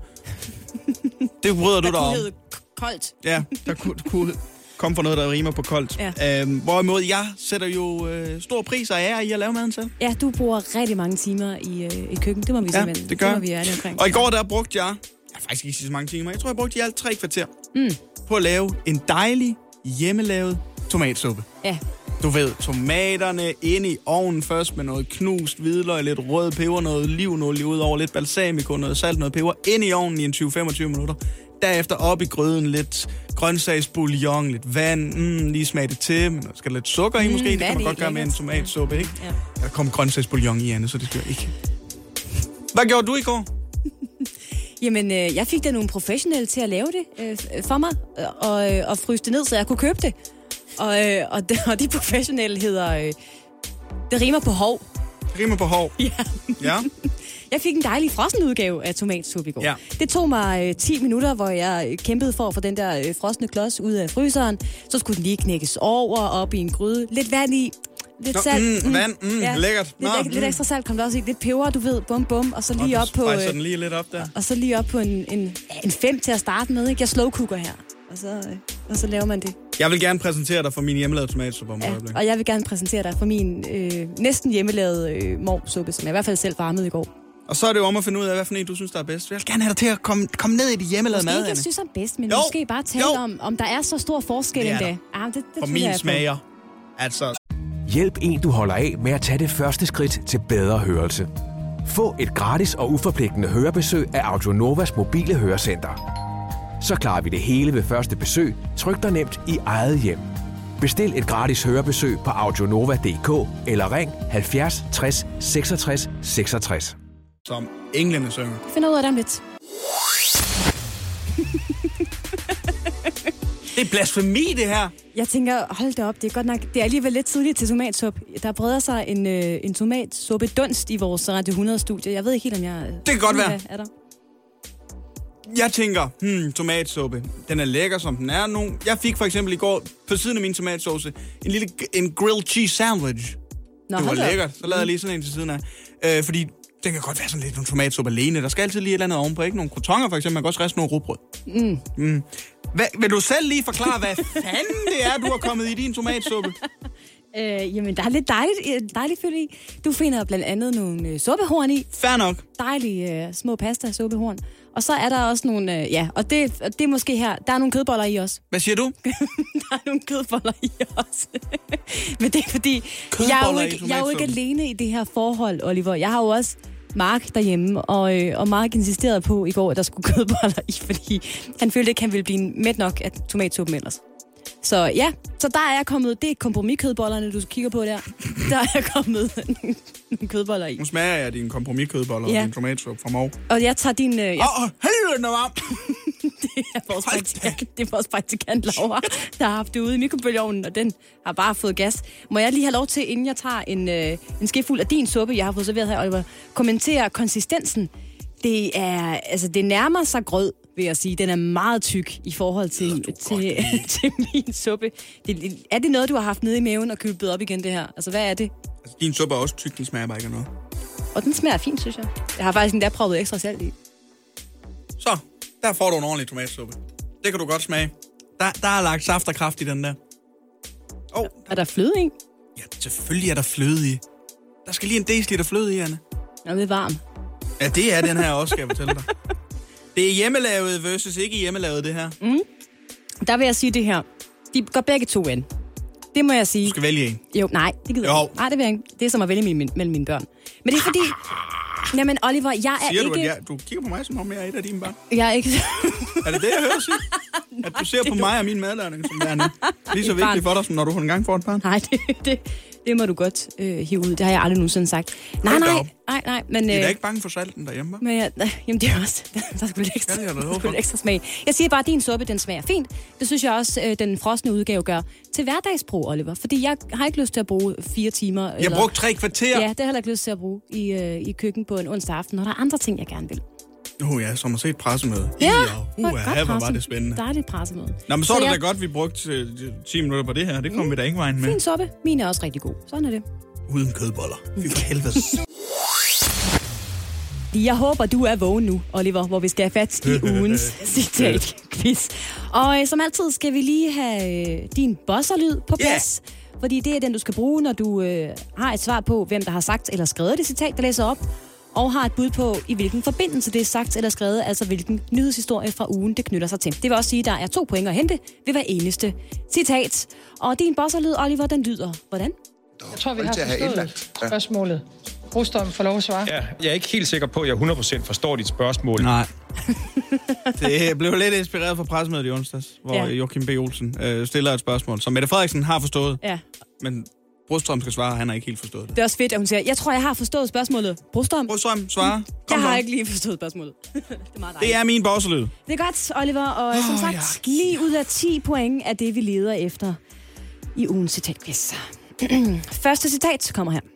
Det bryder du dig om. Der kunne koldt. Ja, der kunne, kunne komme for noget, der rimer på koldt. Ja. Øhm, hvorimod jeg sætter jo øh, stor pris og ære i at lave maden selv. Ja, du bruger rigtig mange timer i øh, et køkken. Det må vi ja, simpelthen. det gør. Det må vi ærligt omkring. Og i går der brugte jeg, jeg faktisk ikke så mange timer, jeg tror, jeg brugte i alt tre kvarter mm. på at lave en dejlig, hjemmelavet tomatsuppe. Ja. Du ved, tomaterne ind i ovnen først med noget knust hvidløg, lidt rød peber, noget olivenolie ud over, lidt balsamico, noget salt, noget peber, ind i ovnen i en tyve til femogtyve minutter. Derefter op i gryden, lidt grøntsagsbouillon, lidt vand, mm, lige smage det til, men der skal lidt sukker i måske, mm, det kan man godt gøre med en tomatsuppe, ikke? Ja. Der kom grøntsagsbouillon i, Anne, så det skal jeg ikke. Hvad gjorde du i går? Jamen, øh, jeg fik da nogle professionelle til at lave det øh, for mig, og, øh, og fryse det ned, så jeg kunne købe det. Og, øh, og, de, og de professionelle hedder... Øh, det rimer på hov. Det rimer på hov? Ja. Ja. Jeg fik en dejlig frossen udgave af tomatsuppe i går. Ja. Det tog mig øh, ti minutter, hvor jeg kæmpede for at få den der øh, frosne klods ud af fryseren. Så skulle den lige knækkes over, op i en gryde. Lidt vand i, lidt Nå, salt. Mm, vand, mm, ja, lækkert. Nå, lidt, mm. lidt ekstra salt kom der også i. Lidt peber, du ved, bum bum. Og så lige og op på... Øh, den lige lidt op der. Og så lige op på en, en, en fem til at starte med. Ikke? Jeg slowcooker her. Og så, øh, og så laver man det. Jeg vil gerne præsentere dig for min hjemmelavede tomatsuppe om ja, øjeblik. Og jeg vil gerne præsentere dig for min øh, næsten hjemmelavede øh, morsuppe, som jeg i hvert fald selv varmede i går. Og så er det jo om at finde ud af, hvad for en du synes, der er bedst. Jeg vil gerne have dig til at komme, komme ned i det hjemmelavede mad, Anne. Måske ikke, jeg synes er bedst, men jo. måske bare tale om, om der er så stor forskel det end det. Ah, det, det for min smager. Altså. Hjælp en, du holder af med at tage det første skridt til bedre hørelse. Få et gratis og uforpligtende hørebesøg af Audionovas mobile hørecenter. Så klarer vi det hele ved første besøg, tryk dig nemt i eget hjem. Bestil et gratis hørebesøg på audionova punktum d k eller ring halvfjerds tres seksogtres seksogtres. Som englene synger. Vi finder ud af det om lidt. Det er blasfemi, det her. Jeg tænker, hold da op, det er godt nok. Det er alligevel lidt tidligt til tomatsuppe. Der breder sig en, øh, en tomatsuppe dunst i vores Radio hundrede-studie. Jeg ved ikke helt, om jeg... Det kan godt være. Er der? Jeg tænker, hmm, tomatsuppe, den er lækker, som den er nu. Jeg fik for eksempel i går, på siden af min tomatsauce, en lille en grilled cheese sandwich. Nå, det var hold da op. lækkert. Så lavede jeg lige sådan en til siden af. Øh, fordi det kan godt være sådan lidt nogle tomatsuppe alene. Der skal altid lige et eller andet ovenpå. Ikke nogle croutons for eksempel. Man kan også riste nogle rugbrød. Mm. Mm. Hvad, vil du selv lige forklare, hvad fanden det er, du har kommet i din tomatsuppe? Øh, jamen, der er lidt dejligt, dejligt fyld i. Du finder blandt andet nogle øh, suppehorn i. Fair nok. Dejlige øh, små pasta-suppehorn. Og så er der også nogle, øh, ja, og det, og det er måske her, der er nogle kødboller i også. Hvad siger du? Der er nogle kødboller i også. Men det er fordi, jeg er, jo ikke, jeg er jo ikke alene i det her forhold, Oliver. Jeg har jo også Mark derhjemme, og, øh, og Mark insisterede på i går, at der skulle kødboller i, fordi han følte ikke, han ville blive mæt nok af tomatsuppen ellers. Så ja, så der er jeg kommet, det er kompromiskødbollerne, du kigger på der. Der er jeg kommet nogle kødboller i. Nu smager jeg dine kompromiskødboller ja. og din tomatsuppe fra Mov. Og jeg tager din... Øh, jeg... Åh, oh, helvede, den er varm! det, er vores praktikant, det er vores praktikant Laura, der har haft det ude i mikrobølgeovnen, og den har bare fået gas. Må jeg lige have lov til, inden jeg tager en, øh, en skefuld af din suppe, jeg har fået serveret her, Oliver, kommentere konsistensen. Det er, altså, det nærmer sig grød, vil jeg sige. Den er meget tyk i forhold til, til, til min suppe. Det, er det noget, du har haft nede i maven og kølbet op igen, det her? Altså, hvad er det? Altså, din suppe er også tyk, den smager bare ikke af noget. Og den smager fint, synes jeg. Jeg har faktisk endda prøvet ekstra salt i. Så, der får du en ordentlig tomatsuppe. Det kan du godt smage. Der, der er lagt saft og kraft i den der. Oh, er der fløde i? Ja, selvfølgelig er der fløde i. Der skal lige en deciliter fløde i, Anne. Og det er varm. Ja, det er den her også, skal jeg fortælle dig. Det er hjemmelavet versus ikke hjemmelavet, det her. Mm. Der vil jeg sige det her. De går begge to ind. Det må jeg sige. Du skal vælge en. Jo, nej, det gider jeg ikke. Nej, det vil jeg ikke. Det er som at vælge mellem mine, mine børn. Men det er fordi... Jamen, Oliver, jeg er Siger ikke... du, at jeg, du kigger på mig, som om jeg er et af dine børn? Jeg er ikke... Er det det, jeg hører sige? At du ser på mig og min madlavning som værende lige så vigtigt for dig, som når du en gang får et barn? Nej, det, det, det må du godt øh, hive ud. Det har jeg aldrig nogensinde sagt. Nej, nej, nej, nej. Men, I er øh, da ikke bange for salten derhjemme, hva'? Men jeg, nej, jamen, det er også... Der skulle lidt ekstra, ja, der skulle lidt ekstra smag. Jeg siger bare, at din suppe, den smager fint. Det synes jeg også, øh, den frosne udgave gør til hverdagsbrug, Oliver. Fordi jeg har ikke lyst til at bruge fire timer. Jeg har brugt tre kvarter. Ja, det har jeg heller ikke lyst til at bruge i, øh, i køkken på en onsdag aften, når der er andre ting, jeg gerne vil. Uh, ja, som at se et pressemøde. Ja, uh, her var det spændende. Dejligt pressemøde. Nå, men så, så er det jeg... da godt, vi brugte ti minutter på det her. Det kommer mm. vi da ikke vejen med. Fin suppe. Min er også rigtig god. Sådan er det. Uden kødboller. Fy for helvede. Jeg håber, du er vågen nu, Oliver, hvor vi skal have fat i ugens citat-quiz. Og øh, som altid skal vi lige have øh, din bosserlyd på plads. Yeah. Fordi det er den, du skal bruge, når du øh, har et svar på, hvem der har sagt eller skrevet det citat, der læser op. Og har et bud på, i hvilken forbindelse det er sagt eller skrevet, altså hvilken nyhedshistorie fra ugen det knytter sig til. Det vil også sige, at der er to point at hente ved hver eneste citat. Og din bosserlyd, Oliver, den lyder hvordan? Jeg tror, vi har forstået spørgsmålet. Brostrøm får lov at svare. Ja, jeg er ikke helt sikker på, at jeg hundrede procent forstår dit spørgsmål. Nej. Det blev lidt inspireret fra pressemødet i onsdags, hvor ja. Joachim B. Olsen øh, stiller et spørgsmål, som Mette Frederiksen har forstået. Ja. Men Brostrøm skal svare, og han har ikke helt forstået det. Det er også fedt, at hun siger, jeg tror, jeg har forstået spørgsmålet. Brostrøm? Brostrøm, svare. Jeg har ikke lige forstået spørgsmålet. det er meget dejligt. Det er min bosserlyd. Det er godt, Oliver. Og oh, som sagt, ja. ni ud af ti point er det, vi leder efter i ugens citatquiz. Første citat kommer her.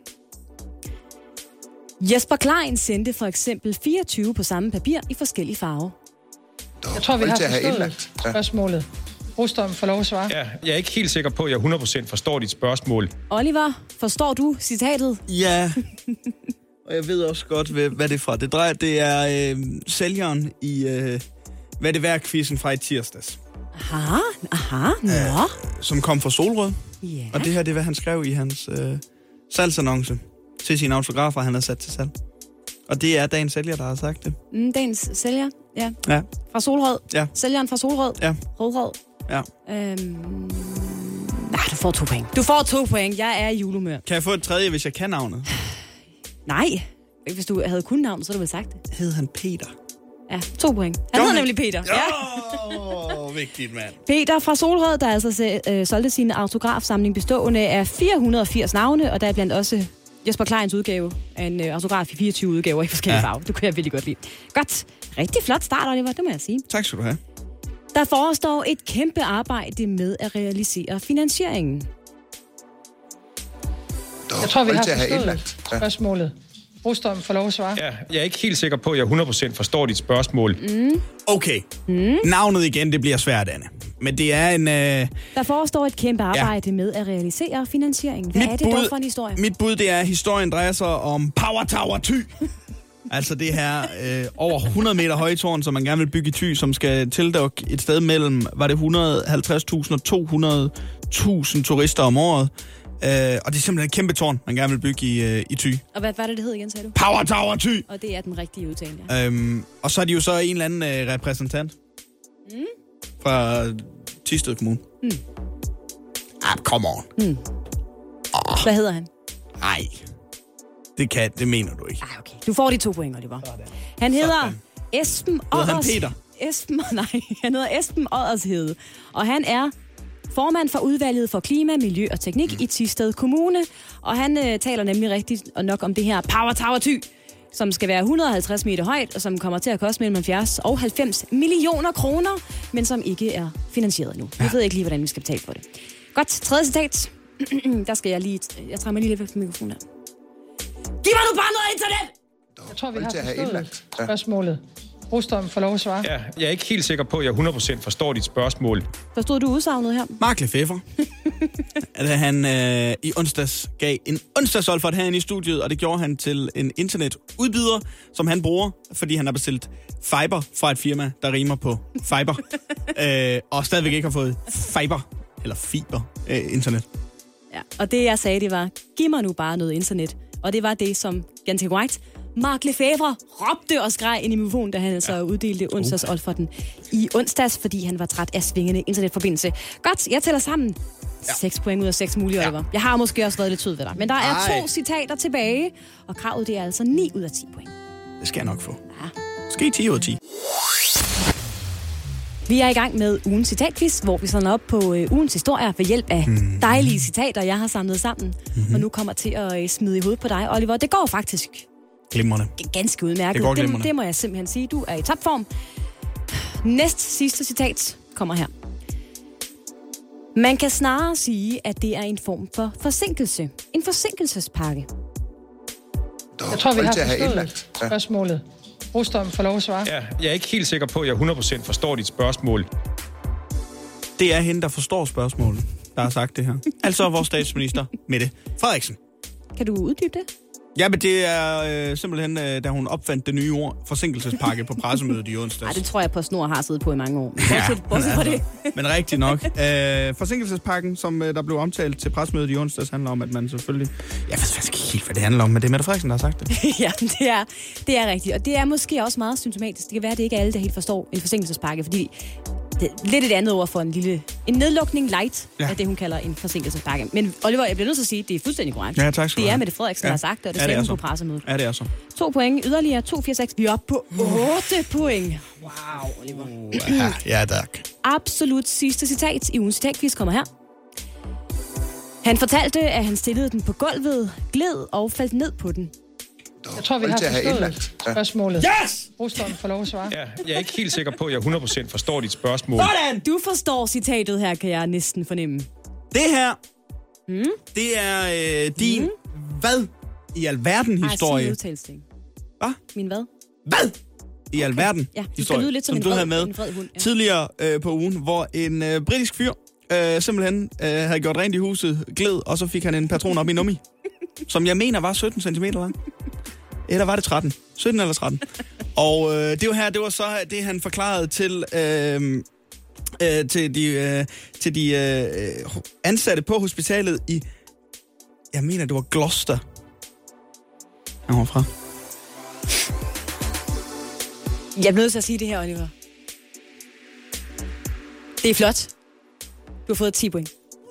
Jesper Klein sendte for eksempel fireogtyve på samme papir i forskellige farver. Jeg tror, vi har forstået spørgsmålet. Brostrøm får lov at svare. Ja, jeg er ikke helt sikker på, at jeg hundrede procent forstår dit spørgsmål. Oliver, forstår du citatet? Ja, og jeg ved også godt, hvad det er fra. Det drejer, det er øh, sælgeren i øh, Hvad det værd-quizzen fra i tirsdags. Aha, aha, nå. Øh, som kom fra Solrød. Yeah. Og det her, det er, hvad han skrev i hans øh, salgsannonce til sine autografer, han har sat til salg. Og det er dagens sælger, der har sagt det. Mm, dagens sælger, ja. Ja. Fra Solrød. Ja. Sælgeren fra Solrød. Ja. Rødrød. Ja. Øhm... Nej, du får to point. Du får to point. Jeg er i julehumør. Kan jeg få et tredje, hvis jeg kan navnet? Nej. Hvis du havde kun navnet, så havde du vel sagt det. Hed han Peter? Ja, to point. Han hedder nemlig Peter. Ja. Åh, oh, vigtigt, mand. Peter fra Solrød, der altså øh, solgte sin autografsamling bestående af fire hundrede og firs navne, og der er blandt også Jesper Kleins udgave af en øh, autograf i fireogtyve udgaver i forskellige ja. farver. Det kunne jeg virkelig godt lide. Godt. Rigtig flot start, Oliver, det må jeg sige. Tak skal du have. Der forestår et kæmpe arbejde med at realisere finansieringen. Jeg tror, vi har forstået spørgsmålet. Brostrøm får lov at svare. Ja, jeg er ikke helt sikker på, at jeg hundrede procent forstår dit spørgsmål. Mm. Okay. Mm. Navnet igen, det bliver svært, Anne. Men det er en... Øh... Der forestår et kæmpe arbejde ja. med at realisere finansieringen. Hvad mit er det bud, dog for en historie? Mit bud, det er, at historien drejer sig om Power Tower Thy. Altså det her øh, over hundrede meter høje tårn, som man gerne vil bygge i Thy, som skal tildække et sted mellem, var det et hundrede og halvtreds tusind og to hundrede tusind turister om året. Øh, og det er simpelthen et kæmpe tårn, man gerne vil bygge i, øh, i Thy. Og hvad var det, det hed igen, sagde du? Power Tower Thy! Og det er den rigtige udtale, ja. Øhm, og så er de jo så en eller anden øh, repræsentant mm. fra Thisted Kommune. Mm. Ah, come on. Mm. Oh. Hvad hedder han? Nej, det kan, det mener du ikke. Ah, okay. Du får de to point, Oliver. Sådan. Han hedder Sådan. Esben Odders... Hedder han Peter? Esben, nej, han hedder Esben Oddershede. Og han er formand for udvalget for klima, miljø og teknik mm. i Thisted Kommune. Og han øh, taler nemlig rigtigt og nok om det her Power Tower Thy, som skal være et hundrede og halvtreds meter højt, og som kommer til at koste mellem halvfjerds og halvfems millioner kroner, men som ikke er finansieret nu. Ja. Jeg ved ikke lige, hvordan vi skal betale for det. Godt, tredje citat. Der skal jeg lige... Jeg træder mig lige lidt væk fra mikrofonen her. Giv mig nu bare noget internet! Jeg tror, vi har forstået spørgsmålet. Brostrøm får lov at svare. Ja, jeg er ikke helt sikker på, at jeg hundrede procent forstår dit spørgsmål. Forstod du udsagnet her? Mark Lefebvre. At han øh, i onsdags gav en onsdagsolfert herinde i studiet, og det gjorde han til en internetudbyder, som han bruger, fordi han har bestilt fiber fra et firma, der rimer på fiber, øh, og stadigvæk ikke har fået fiber, eller fiber, øh, internet. Ja, og det jeg sagde, det var, giv mig nu bare noget internet. Og det var det, som ganske korrekt Mark Lefebvre råbte og skreg ind i mikrofonen, da han altså ja. uddelte onsdagsolferten i onsdags, fordi han var træt af svingende internetforbindelse. Godt, jeg tæller sammen. Ja. Seks point ud af seks mulige, Oliver. Ja. Jeg har måske også været lidt tød ved dig. Men der er Ej. to citater tilbage, og kravet det er altså ni ud af ti point. Det skal jeg nok få. Ja. Skal I ti ud af ti? Vi er i gang med ugens citatquiz, hvor vi samler op på øh, ugens historier ved hjælp af mm. dejlige citater, jeg har samlet sammen. Mm-hmm. Og nu kommer til at øh, smide i hovedet på dig, Oliver. Det går faktisk glimrende. Ganske udmærket. Det, det, det må jeg simpelthen sige. Du er i topform. Næst sidste citat kommer her. Man kan snarere sige, at det er en form for forsinkelse. En forsinkelsespakke. Jeg tror, vi har forstået spørgsmålet. Brostrøm får lov at svare. Ja, jeg er ikke helt sikker på, at jeg hundrede procent forstår dit spørgsmål. Det er hende, der forstår spørgsmålet, der har sagt det her. Altså vores statsminister, Mette Frederiksen. Kan du uddybe det? Ja, men det er øh, simpelthen, øh, da hun opfandt det nye ord, forsinkelsespakke på pressemødet i onsdags. Nej, det tror jeg på Snor har siddet på i mange år. Ja, bortset fra det. Men rigtigt nok. Øh, forsinkelsespakken, som øh, der blev omtalt til pressemødet i onsdags, handler om, at man selvfølgelig... Jeg ved faktisk ikke helt, hvad det handler om, men det er Mette Frederiksen, der har sagt det. Ja, det er, det er rigtigt. Og det er måske også meget symptomatisk. Det kan være, at det ikke er alle, der helt forstår en forsinkelsespakke, fordi det er lidt et andet ord for en lille... En nedlukning light ja. af det, hun kalder en forsinkelsespakke. Men Oliver, jeg bliver nødt til at sige, at det er fuldstændig korrekt. Ja, tak skal du Det er Mette Frederiksen, ja. der har sagt det, og det sagde hun på pressemødet. Ja, det er så. To point yderligere, to, fire, seks. Vi er oppe på otte point. Wow, Oliver. Uh, ja, ja, tak. Absolut sidste citat i ugens citatquiz kommer her. Han fortalte, at han stillede den på gulvet, gled og faldt ned på den. Jeg tror, vi har forstået spørgsmålet. Yes! Brostrøm får lov at svare. Ja, jeg er ikke helt sikker på, at jeg hundrede procent forstår dit spørgsmål. Sådan! Du forstår citatet her, kan jeg næsten fornemme. Det her, mm? det er øh, din mm? hvad i alverden historie. Ej, sig Hvad? Min hvad? Hvad? I okay. alverden ja, historie, lidt som, som du vred, havde med hund, ja. tidligere øh, på ugen, hvor en øh, britisk fyr øh, simpelthen øh, havde gjort rent i huset, gled, og så fik han en patron op i nummi, som jeg mener var sytten centimeter lang. Eller var det tretten? sytten eller tretten. Og øh, det var her, det var så det, han forklarede til, øh, øh, til de, øh, til de øh, ansatte på hospitalet i, jeg mener, det var Gloucester. Han var fra. Jeg er nødt til at sige det her, Oliver. Det er flot. Du har fået ti point.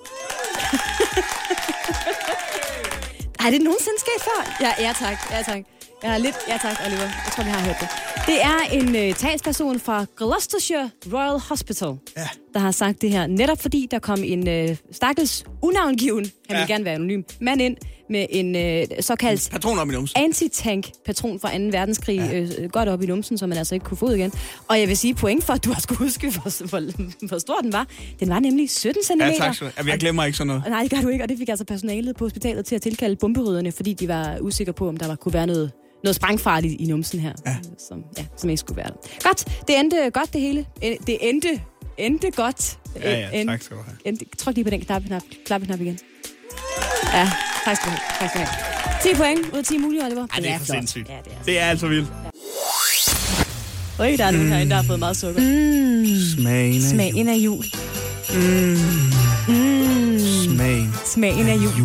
Har det nogensinde sket før? Ja, ja tak, ja tak. Jeg har lidt... Ja tak, Oliver. Jeg tror, vi har hørt det. Det er en øh, talsperson fra Gloucestershire Royal Hospital, ja. der har sagt det her. Netop fordi der kom en øh, stakkels unavngiven, han ja. vil gerne være anonym, mand ind med en øh, såkaldt patron op i numsen. Antitank-patron fra anden verdenskrig, ja. øh, godt op i numsen, som man altså ikke kunne få ud igen. Og jeg vil sige point for, at du har skulle huske, hvor, hvor, hvor stor den var. Den var nemlig sytten centimeter. Ja, tak skal du. Jeg glemmer ikke sådan noget. Nej, det gør du ikke, og det fik altså personalet på hospitalet til at tilkalde bomberydderne, fordi de var usikre på, om der var, kunne være noget noget sprængfarligt i numsen her, ja. Som, ja, som ikke skulle være der. Godt, det endte godt det hele. Det endte endte godt. Ja, ja, End, tak skal du have. Endte, tryk lige på den knappeknap, knappeknap igen. Ja, tak skal du have. Tak skal du have. ti point ud af ti mulige, Oliver. Ej, det er for flot. sindssygt. Ja, det er, det er altså vildt. Øj, der er nogen herinde, der har fået meget sukker. Mm. Smagen af Smagen af jul. Mm. Mm. Smagen. Smagen af jul. jul.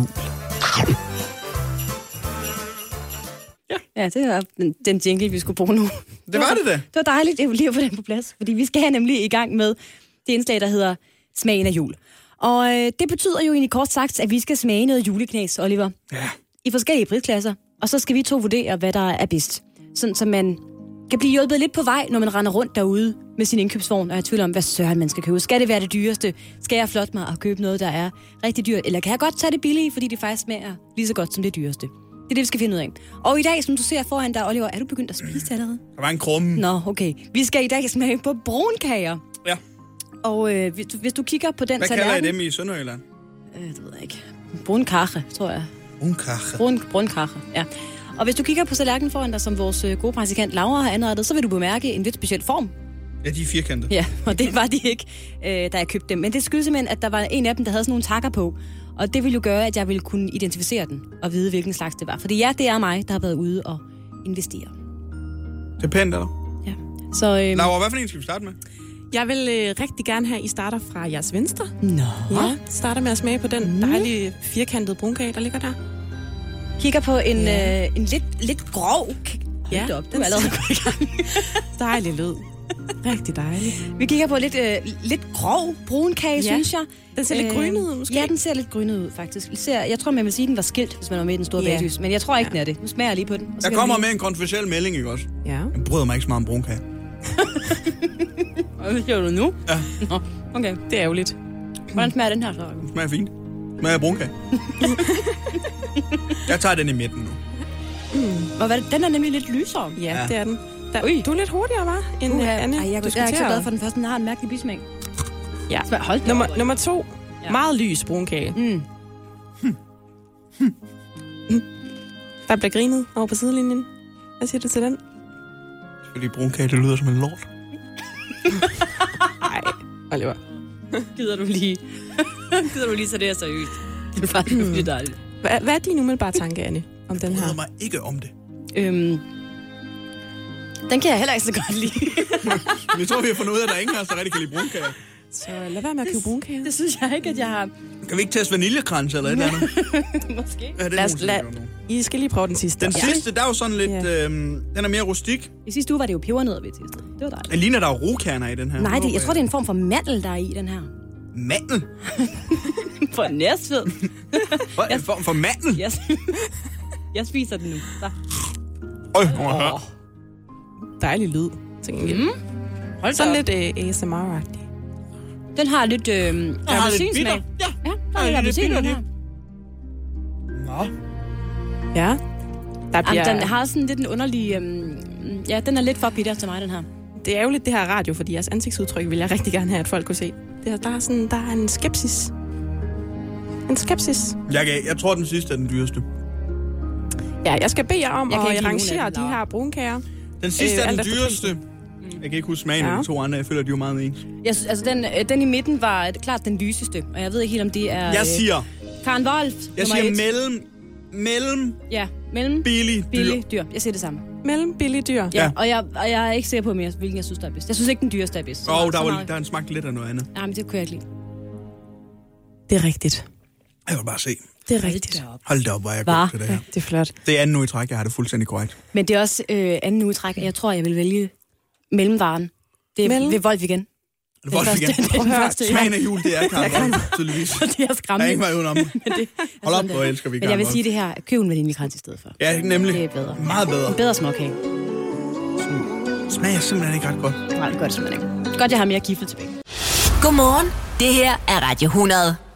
Ja, det var den, den jingle, vi skulle bruge nu. Det var det da. Det var dejligt lige at få den på plads, fordi vi skal nemlig i gang med det indslag, der hedder Smagen af jul. Og øh, det betyder jo egentlig kort sagt, at vi skal smage noget juleknæs, Oliver. Ja. I forskellige prisklasser. Og så skal vi to vurdere, hvad der er bedst. Sådan, så man kan blive hjulpet lidt på vej, når man render rundt derude med sin indkøbsvogn, og er i tvivl om, hvad søren man skal købe. Skal det være det dyreste? Skal jeg flotte mig og købe noget, der er rigtig dyrt? Eller kan jeg godt tage det billige, fordi det faktisk smager lige så godt som det dyreste? Det er det, vi skal finde ud af. Og i dag, som du ser foran dig, Oliver, er du begyndt at spise det allerede? Der var en krumme. Nå, okay. Vi skal i dag smage på brunkager. Ja. Og øh, hvis, du, hvis du kigger på den Hvad tallerken... kalder I dem i Sønderjylland? Øh, det ved jeg ikke. Brunkage, tror jeg. Brunkage. Brun, brunkage, ja. Og hvis du kigger på tallerkenen foran dig, som vores øh, gode praktikant Laura har anrettet, så vil du bemærke en lidt speciel form. Ja, de er firkantede. Ja, og det var de ikke, øh, da jeg købte dem. Men det skyldes simpelthen, at der var en af dem, der havde sådan nogle takker på. Og det ville jo gøre, at jeg ville kunne identificere den og vide, hvilken slags det var. Fordi ja, det er mig, der har været ude og investere. Det er pænt, eller? Ja. Så, øh, Laura, hvad for en skal vi starte med? Jeg vil øh, rigtig gerne have, at I starter fra jeres venstre. Nå. Ja, starter med at smage på den Mm. dejlige firkantede brunkage, der ligger der. Kigger på en, Ja. øh, en lidt, lidt grov... Ja, Hold da op, du er allerede gået i gang. Dejlig lyd. Rigtig dejlig. Vi kigger på lidt, øh, lidt grov brunkage, Ja. synes jeg. Den ser lidt grynet ud, måske? Ja, den ser lidt grynet ud, faktisk. Ser, jeg tror, man vil sige, at den var skilt, hvis man var med i den store Ja. baghus. Men jeg tror ikke, Ja. den er det. Nu smager jeg lige på den. og så Jeg kan kommer vi med en kontroversiel melding, ikke også? Ja. Jeg bryder mig ikke så meget om brunkage. Hvad siger du nu? Ja. Nå, okay. Det er ærgerligt. Hvordan smager den her så? Den smager fint. Den smager af brunkage. Jeg tager den i midten nu. Og hvad, den er nemlig lidt lysere. Ja, Ja. det er den. Der, Ui. du er lidt hurtigere, var end Uh, uh, Anne. Ej, jeg, jeg, jeg er ikke så glad for den første. Den har en mærkelig bismag. Ja. Smag, hold da Nummer, op. nummer to. Ja. Meget lys brunkage. Mm. Der bliver grinet over på sidelinjen. Hvad siger du til den? Fordi brunkage, det lyder som en lort. Nej, Oliver. Gider du lige? Gider du lige, så det er seriøst? Det er faktisk Mm. virkelig dejligt. Hvad, hvad er din umiddelbare tanke, Anne, om den Jeg her? bryder mig ikke om det. Øhm, den kan jeg heller ikke så godt lide. Jeg tror, vi har fundet ud af, at der er ingen af os, der rigtig kan lide brunkage. Så lad være med at købe brunkage. Det synes jeg ikke, at jeg har... Kan vi ikke teste vaniljekrans eller et eller andet? Måske. Ja, det Lad er os, lad, I skal lige prøve den sidste. Den Ja. sidste, der er jo sådan lidt... Ja. Øhm, den er mere rustik. I sidste uge var det jo pebernødder, vi testede. Det var dejligt. Den ligner, der er rokerner i den her. Nej, det, jeg tror, det er en form for mandel, der er i den her. Mandel? For næstved. Hvad er en form for mandel? Jeg, jeg spiser den nu. Så. Øj, må jeg høre. Dejlig lyd, tænker jeg. Mm. Hold Sådan da op. lidt uh, A S M R-agtig. Den har lidt øh, har lidt appelsinsmag. bitter. Ja, ja, der er lidt lidt appelsin i bitter, den her. Nå. Ja. Der bliver... Jamen, den har sådan lidt en underlig... Øhm, ja, den er lidt for bitter til mig, den her. Det er ærgerligt, det her radio, fordi jeres ansigtsudtryk vil jeg rigtig gerne have, at folk kunne se. Det er, der, er sådan, der er en skepsis. En skepsis. Jeg, kan, jeg tror, den sidste er den dyreste. Ja, jeg skal bede jer om Jeg kan at ikke lide rangere nogen af de dem, her brunkager. Den sidste Øh, er den alt efter dyreste. Jeg kan ikke huske smagen af Ja. de to andre. Jeg føler, de er jo meget ens. Jeg, synes- altså, den, øh, den i midten var øh, klart den lyseste, og jeg ved ikke helt, om det er... Jeg siger, Karen Wolf, jeg nummer siger et. mellem, mellem Ja, mellem billig, dyr. billig dyr. Jeg siger det samme. Mellem billige dyr. Ja, Ja. Og, jeg, og jeg er ikke sikker på, mere, hvilken jeg synes, der er bedst. Jeg synes ikke, den dyreste er bedst. Så Åh, meget- oh, der, så var, meget- der er en smagt lidt af noget andet. Nej, men det kunne jeg ikke lide. Det er rigtigt. Jeg vil bare se. Det er Hold rigtigt. da op. Hold da op, hvor er jeg Hva? god til det her. Det er flot. Det er anden uge i træk, jeg har det fuldstændig korrekt. Men det er også øh, anden udtræk, og jeg tror, jeg vil vælge mellemvaren. Det er Mellem? ved Wolf igen. Det var første- igen. det er den første, ja. Smagen af jul, det er Karen Wolf, tydeligvis. Det er Der er skræmmende. ingen vej udenom. Men det, Hold op, sådan, hvor det er. elsker vi Men jeg Karen vil Wolf. sige det her. Køb en vaniljekrans i stedet for. Ja, nemlig. Det er bedre. Meget bedre. En bedre småkage. Smager simpelthen ikke ret godt. Nej, det gør det simpelthen ikke. Godt, jeg har mere gifle tilbage. Godmorgen. Det her er Radio hundrede.